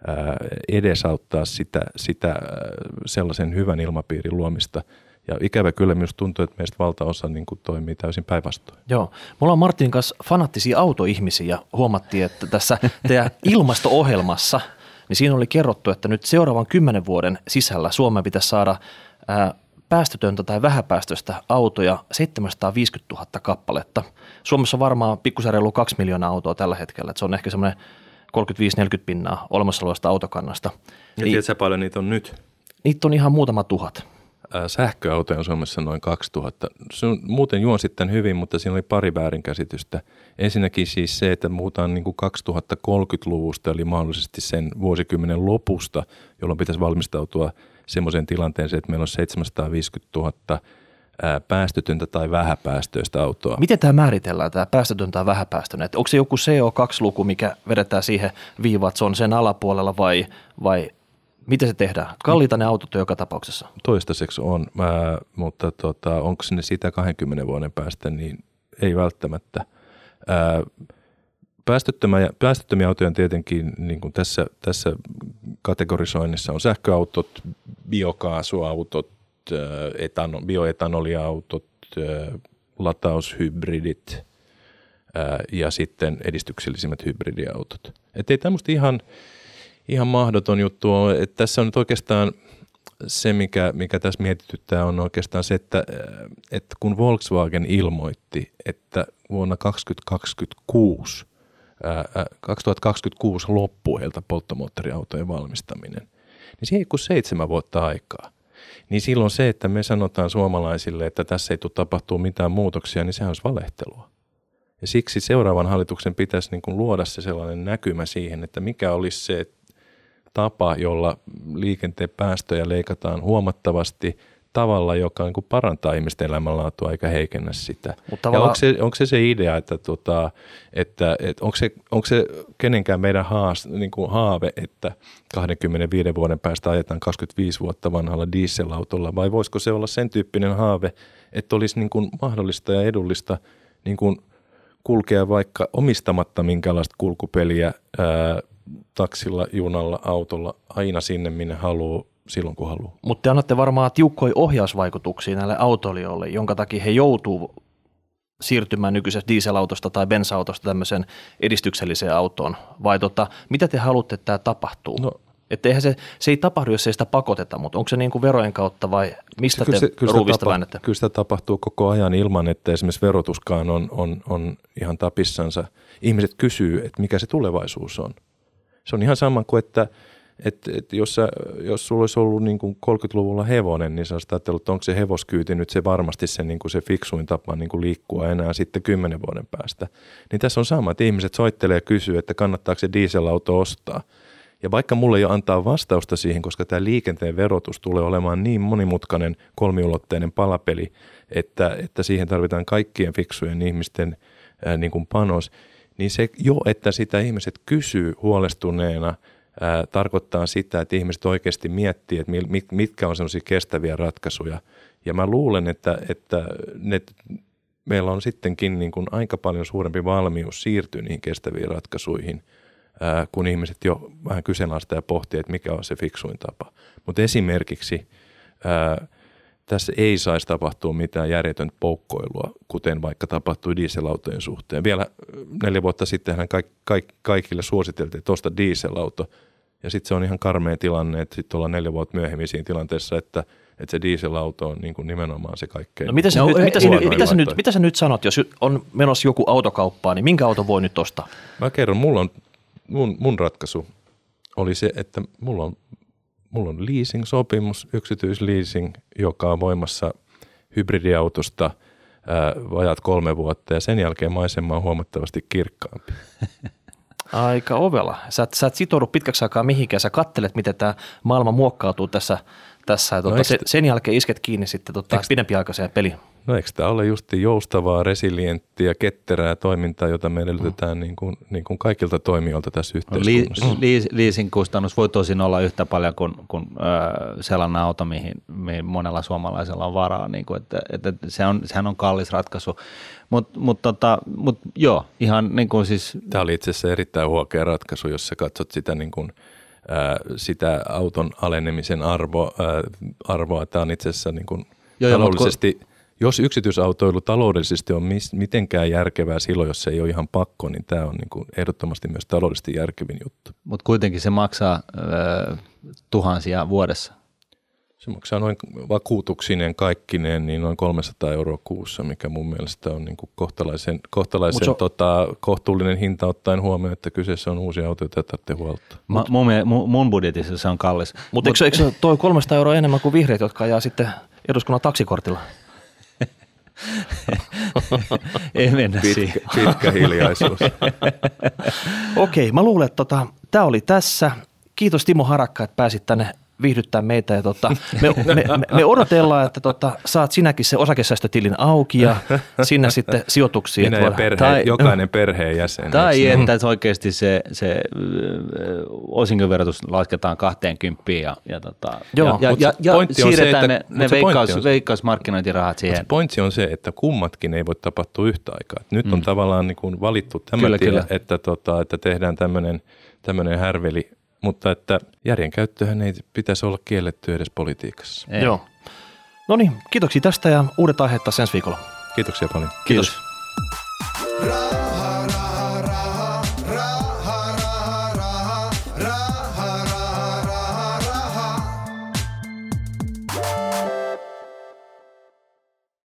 [SPEAKER 3] edesauttaa sitä, sitä sellaisen hyvän ilmapiirin luomista. Ja ikävä kyllä myös tuntuu, että meistä valtaosa niin kuin toimii täysin päinvastoin.
[SPEAKER 2] Joo. Mulla on Martin kanssa fanaattisia autoihmisiä ja huomattiin, että tässä teidän ilmasto-ohjelmassa, niin siinä oli kerrottu, että nyt seuraavan kymmenen vuoden sisällä Suomeen pitäisi saada ää, päästötöntä tai vähäpäästöistä autoja seitsemänsataaviisikymmentätuhatta kappaletta. Suomessa on varmaan pikkusen reilu kaksi miljoonaa autoa tällä hetkellä, että se on ehkä semmoinen kolmekymmentäviisi neljäkymmentä pinnaa olemassa olevasta autokannasta.
[SPEAKER 3] Ja niin, tiedätkö paljon niitä on nyt?
[SPEAKER 2] Niitä on ihan muutama tuhat.
[SPEAKER 3] Sähköautoja on Suomessa noin kaksituhatta. Se on, muuten juon sitten hyvin, mutta siinä oli pari väärinkäsitystä. Ensinnäkin siis se, että puhutaan niin kuin kaksituhattakolmekymmentäluvusta, eli mahdollisesti sen vuosikymmenen lopusta, jolloin pitäisi valmistautua semmoiseen tilanteeseen, että meillä on seitsemänsataaviisikymmentätuhatta päästötöntä tai vähäpäästöistä autoa.
[SPEAKER 2] Miten tämä määritellään, tämä päästötön tai vähäpäästöinen? Onko se joku C O kaksi -luku, mikä vedetään siihen viivaan, että se on sen alapuolella vai, vai miten se tehdään? Kalliita ne autot on joka tapauksessa.
[SPEAKER 3] Toistaiseksi on, ää, mutta tota, onko ne sitä kahdenkymmenen vuoden päästä, niin ei välttämättä. Ää, päästöttömiä, päästöttömiä autoja on tietenkin niin kuin tässä, tässä kategorisoinnissa on sähköautot, biokaasuautot, etano, bioetanoliautot, lataushybridit ja sitten edistyksellisimmät hybridiautot. Että ei tämmöistä ihan, ihan mahdoton juttu ole. Että tässä on nyt oikeastaan se, mikä, mikä tässä mietityttää, on oikeastaan se, että, että kun Volkswagen ilmoitti, että vuonna kaksituhattakaksikymmentäkuusi, kaksituhattakaksikymmentäkuusi loppuu heiltä polttomoottoriautojen valmistaminen, niin siihen ei kun seitsemän vuotta aikaa. Niin silloin se, että me sanotaan suomalaisille, että tässä ei tule tapahtua mitään muutoksia, niin sehän olisi valehtelua. Ja siksi seuraavan hallituksen pitäisi niin kuin luoda se sellainen näkymä siihen, että mikä olisi se tapa, jolla liikenteen päästöjä leikataan huomattavasti tavalla, joka niin kuin parantaa ihmisten elämänlaatua eikä heikennä sitä. Mutta ja onko se, onko se se idea, että, tota, että, että onko, se, onko se kenenkään meidän haas, niin kuin haave, että kaksikymmentäviisi vuoden päästä ajetaan kaksikymmentäviisi vuotta vanhalla dieselautolla, vai voisiko se olla sen tyyppinen haave, että olisi niin kuin mahdollista ja edullista niin kuin kulkea vaikka omistamatta minkälaista kulkupeliä ää, taksilla, junalla, autolla aina sinne, minne haluaa, silloin kun haluaa.
[SPEAKER 2] Mutta te annatte varmaan tiukkoja ohjausvaikutuksia näille autoilijoille, jonka takia he joutuu siirtymään nykyisestä dieselautosta tai bensa-autosta tämmöiseen edistykselliseen autoon. Vai tota, mitä te haluatte, että tämä tapahtuu? No, että eihän se, se ei tapahdu, jos ei sitä pakoteta, mutta onko se niin kuin verojen kautta vai mistä
[SPEAKER 3] kyllä
[SPEAKER 2] te
[SPEAKER 3] se,
[SPEAKER 2] ruuvista väännette?
[SPEAKER 3] Kyllä sitä tapahtuu koko ajan ilman, että esimerkiksi verotuskaan on, on, on ihan tapissansa. Ihmiset kysyy, että mikä se tulevaisuus on. Se on ihan sama kuin, että Että et jos, sä, jos sulla olisi ollut niin kuin kolmekymmentäluvulla hevonen, niin sä olisit ajatellut, että onko se hevoskyyti nyt se varmasti se, niin kuin se fiksuin tapa niin kuin liikkua enää sitten kymmenen vuoden päästä. Niin tässä on sama, että ihmiset soittelee ja kysyy, että kannattaako se dieselauto ostaa. Ja vaikka mulle ei ole antaa vastausta siihen, koska tämä liikenteen verotus tulee olemaan niin monimutkainen kolmiulotteinen palapeli, että, että siihen tarvitaan kaikkien fiksujen ihmisten ää, niin kuin panos, niin se jo, että sitä ihmiset kysyy huolestuneena, Ää, tarkoittaa sitä, että ihmiset oikeasti miettii, että mitkä on sellaisia kestäviä ratkaisuja. Ja mä luulen, että, että ne meillä on sittenkin niin kuin aika paljon suurempi valmius siirtyä niihin kestäviin ratkaisuihin, ää, kun ihmiset jo vähän kyseenalaistaa ja pohtii, että mikä on se fiksuin tapa. Mutta esimerkiksi ää, tässä ei saisi tapahtua mitään järjetöntä poukkoilua, kuten vaikka tapahtui dieselautojen suhteen. Vielä neljä vuotta sittenhän kaik, kaik, kaikille suositeltiin, että osta dieselauto. Ja sitten se on ihan karmea tilanne, että sitten ollaan neljä vuotta myöhemmin siinä tilanteessa, että, että se dieselauto on niin kuin nimenomaan se kaikkein.
[SPEAKER 2] No mitä sä,
[SPEAKER 3] no,
[SPEAKER 2] nyt, mitä, sä, mitä, sä nyt,
[SPEAKER 3] mitä
[SPEAKER 2] mitä sä nyt sanot, jos on menossa joku autokauppaan, niin minkä auto voi nyt ostaa?
[SPEAKER 3] Mä kerron, mulla on, mun, mun ratkaisu oli se, että mulla on, mulla on leasing-sopimus, yksityisleasing, joka on voimassa hybridiautosta ää, vajaat kolme vuotta ja sen jälkeen maisema on huomattavasti kirkkaampi.
[SPEAKER 2] Aika ovela. Sä et, sä et sitoudu pitkäksi aikaa mihinkään. Sä kattelet, miten tämä maailma muokkautuu tässä. tässä. Tuota, no sen, sen jälkeen isket kiinni sitten tuota, pidempiaikaiseen peliin.
[SPEAKER 3] No eikö tämä ole just joustavaa, resilienttiä, ketterää toimintaa, jota me edellytetään mm. niin kuin, niin kuin kaikilta toimijoilta tässä yhteiskunnassa?
[SPEAKER 1] No, li, leasing kustannus voi tosin olla yhtä paljon kuin, kuin ö, sellainen auto, mihin, mihin monella suomalaisella on varaa. Niin kuin, että, että se on, sehän on kallis ratkaisu. Mutta mut, tota, mut, joo, ihan niin kuin siis...
[SPEAKER 3] Tämä oli itse asiassa erittäin huokea ratkaisu, jos sä katsot sitä, niin kuin, ää, sitä auton alenemisen arvo, ää, arvoa. Tämä on itse asiassa niin kuin joo, taloudellisesti... Kun... Jos yksityisautoilu taloudellisesti on mis, mitenkään järkevää silloin, jos se ei ole ihan pakko, niin tämä on niin kuin ehdottomasti myös taloudellisesti järkevin juttu.
[SPEAKER 1] Mutta kuitenkin se maksaa ö, tuhansia vuodessa.
[SPEAKER 3] Se maksaa noin vakuutuksineen kaikkineen niin noin kolmesataa euroa kuussa, mikä mun mielestä on niin kuin kohtalaisen, kohtalaisen on... tota, kohtuullinen hinta ottaen huomioon, että kyseessä on uusi auto, jota tarvitsee huolta.
[SPEAKER 1] Ma, mun, mun, mun budjetissa se on kallis.
[SPEAKER 2] Mutta Mut, eikö, eikö toi kolmesataa euroa enemmän kuin vihreät, jotka ajaa sitten eduskunnan taksikortilla?
[SPEAKER 1] Ei mennä
[SPEAKER 3] pitkä,
[SPEAKER 1] siihen.
[SPEAKER 3] Pitkä hiljaisuus.
[SPEAKER 2] Okei, mä luulen, että tota, tämä oli tässä. Kiitos Timo Harakka, että pääsit tänne viihdyttää meitä. Ja tota, me, me, me, me odotellaan, että tota, saat sinäkin se osakesäästötilin auki ja sinne sitten sijoituksiin.
[SPEAKER 3] Minä ja perhe, tai, jokainen perheenjäsen.
[SPEAKER 1] Tai että oikeasti se, se osinkoverotus lasketaan kahteenkymppiin ja, ja, tota,
[SPEAKER 2] Joo,
[SPEAKER 1] ja, ja, ja siirretään
[SPEAKER 3] se,
[SPEAKER 1] ne,
[SPEAKER 3] että,
[SPEAKER 1] ne veikkaus, veikkausmarkkinointirahat siihen.
[SPEAKER 3] Pointti on se, että kummatkin ei voi tapahtua yhtä aikaa. Nyt on mm. tavallaan niin kuin valittu tämä kyllä, tie, kyllä. Että, tota, että tehdään tämmöinen, tämmöinen härveli. Mutta että järjenkäyttöhän ei pitäisi olla kielletty edes politiikassa.
[SPEAKER 2] Ei. Joo. No niin, kiitoksia tästä ja uudet aiheet taas ensi viikolla.
[SPEAKER 3] Kiitoksia paljon.
[SPEAKER 2] Kiitos.
[SPEAKER 1] Kiitos.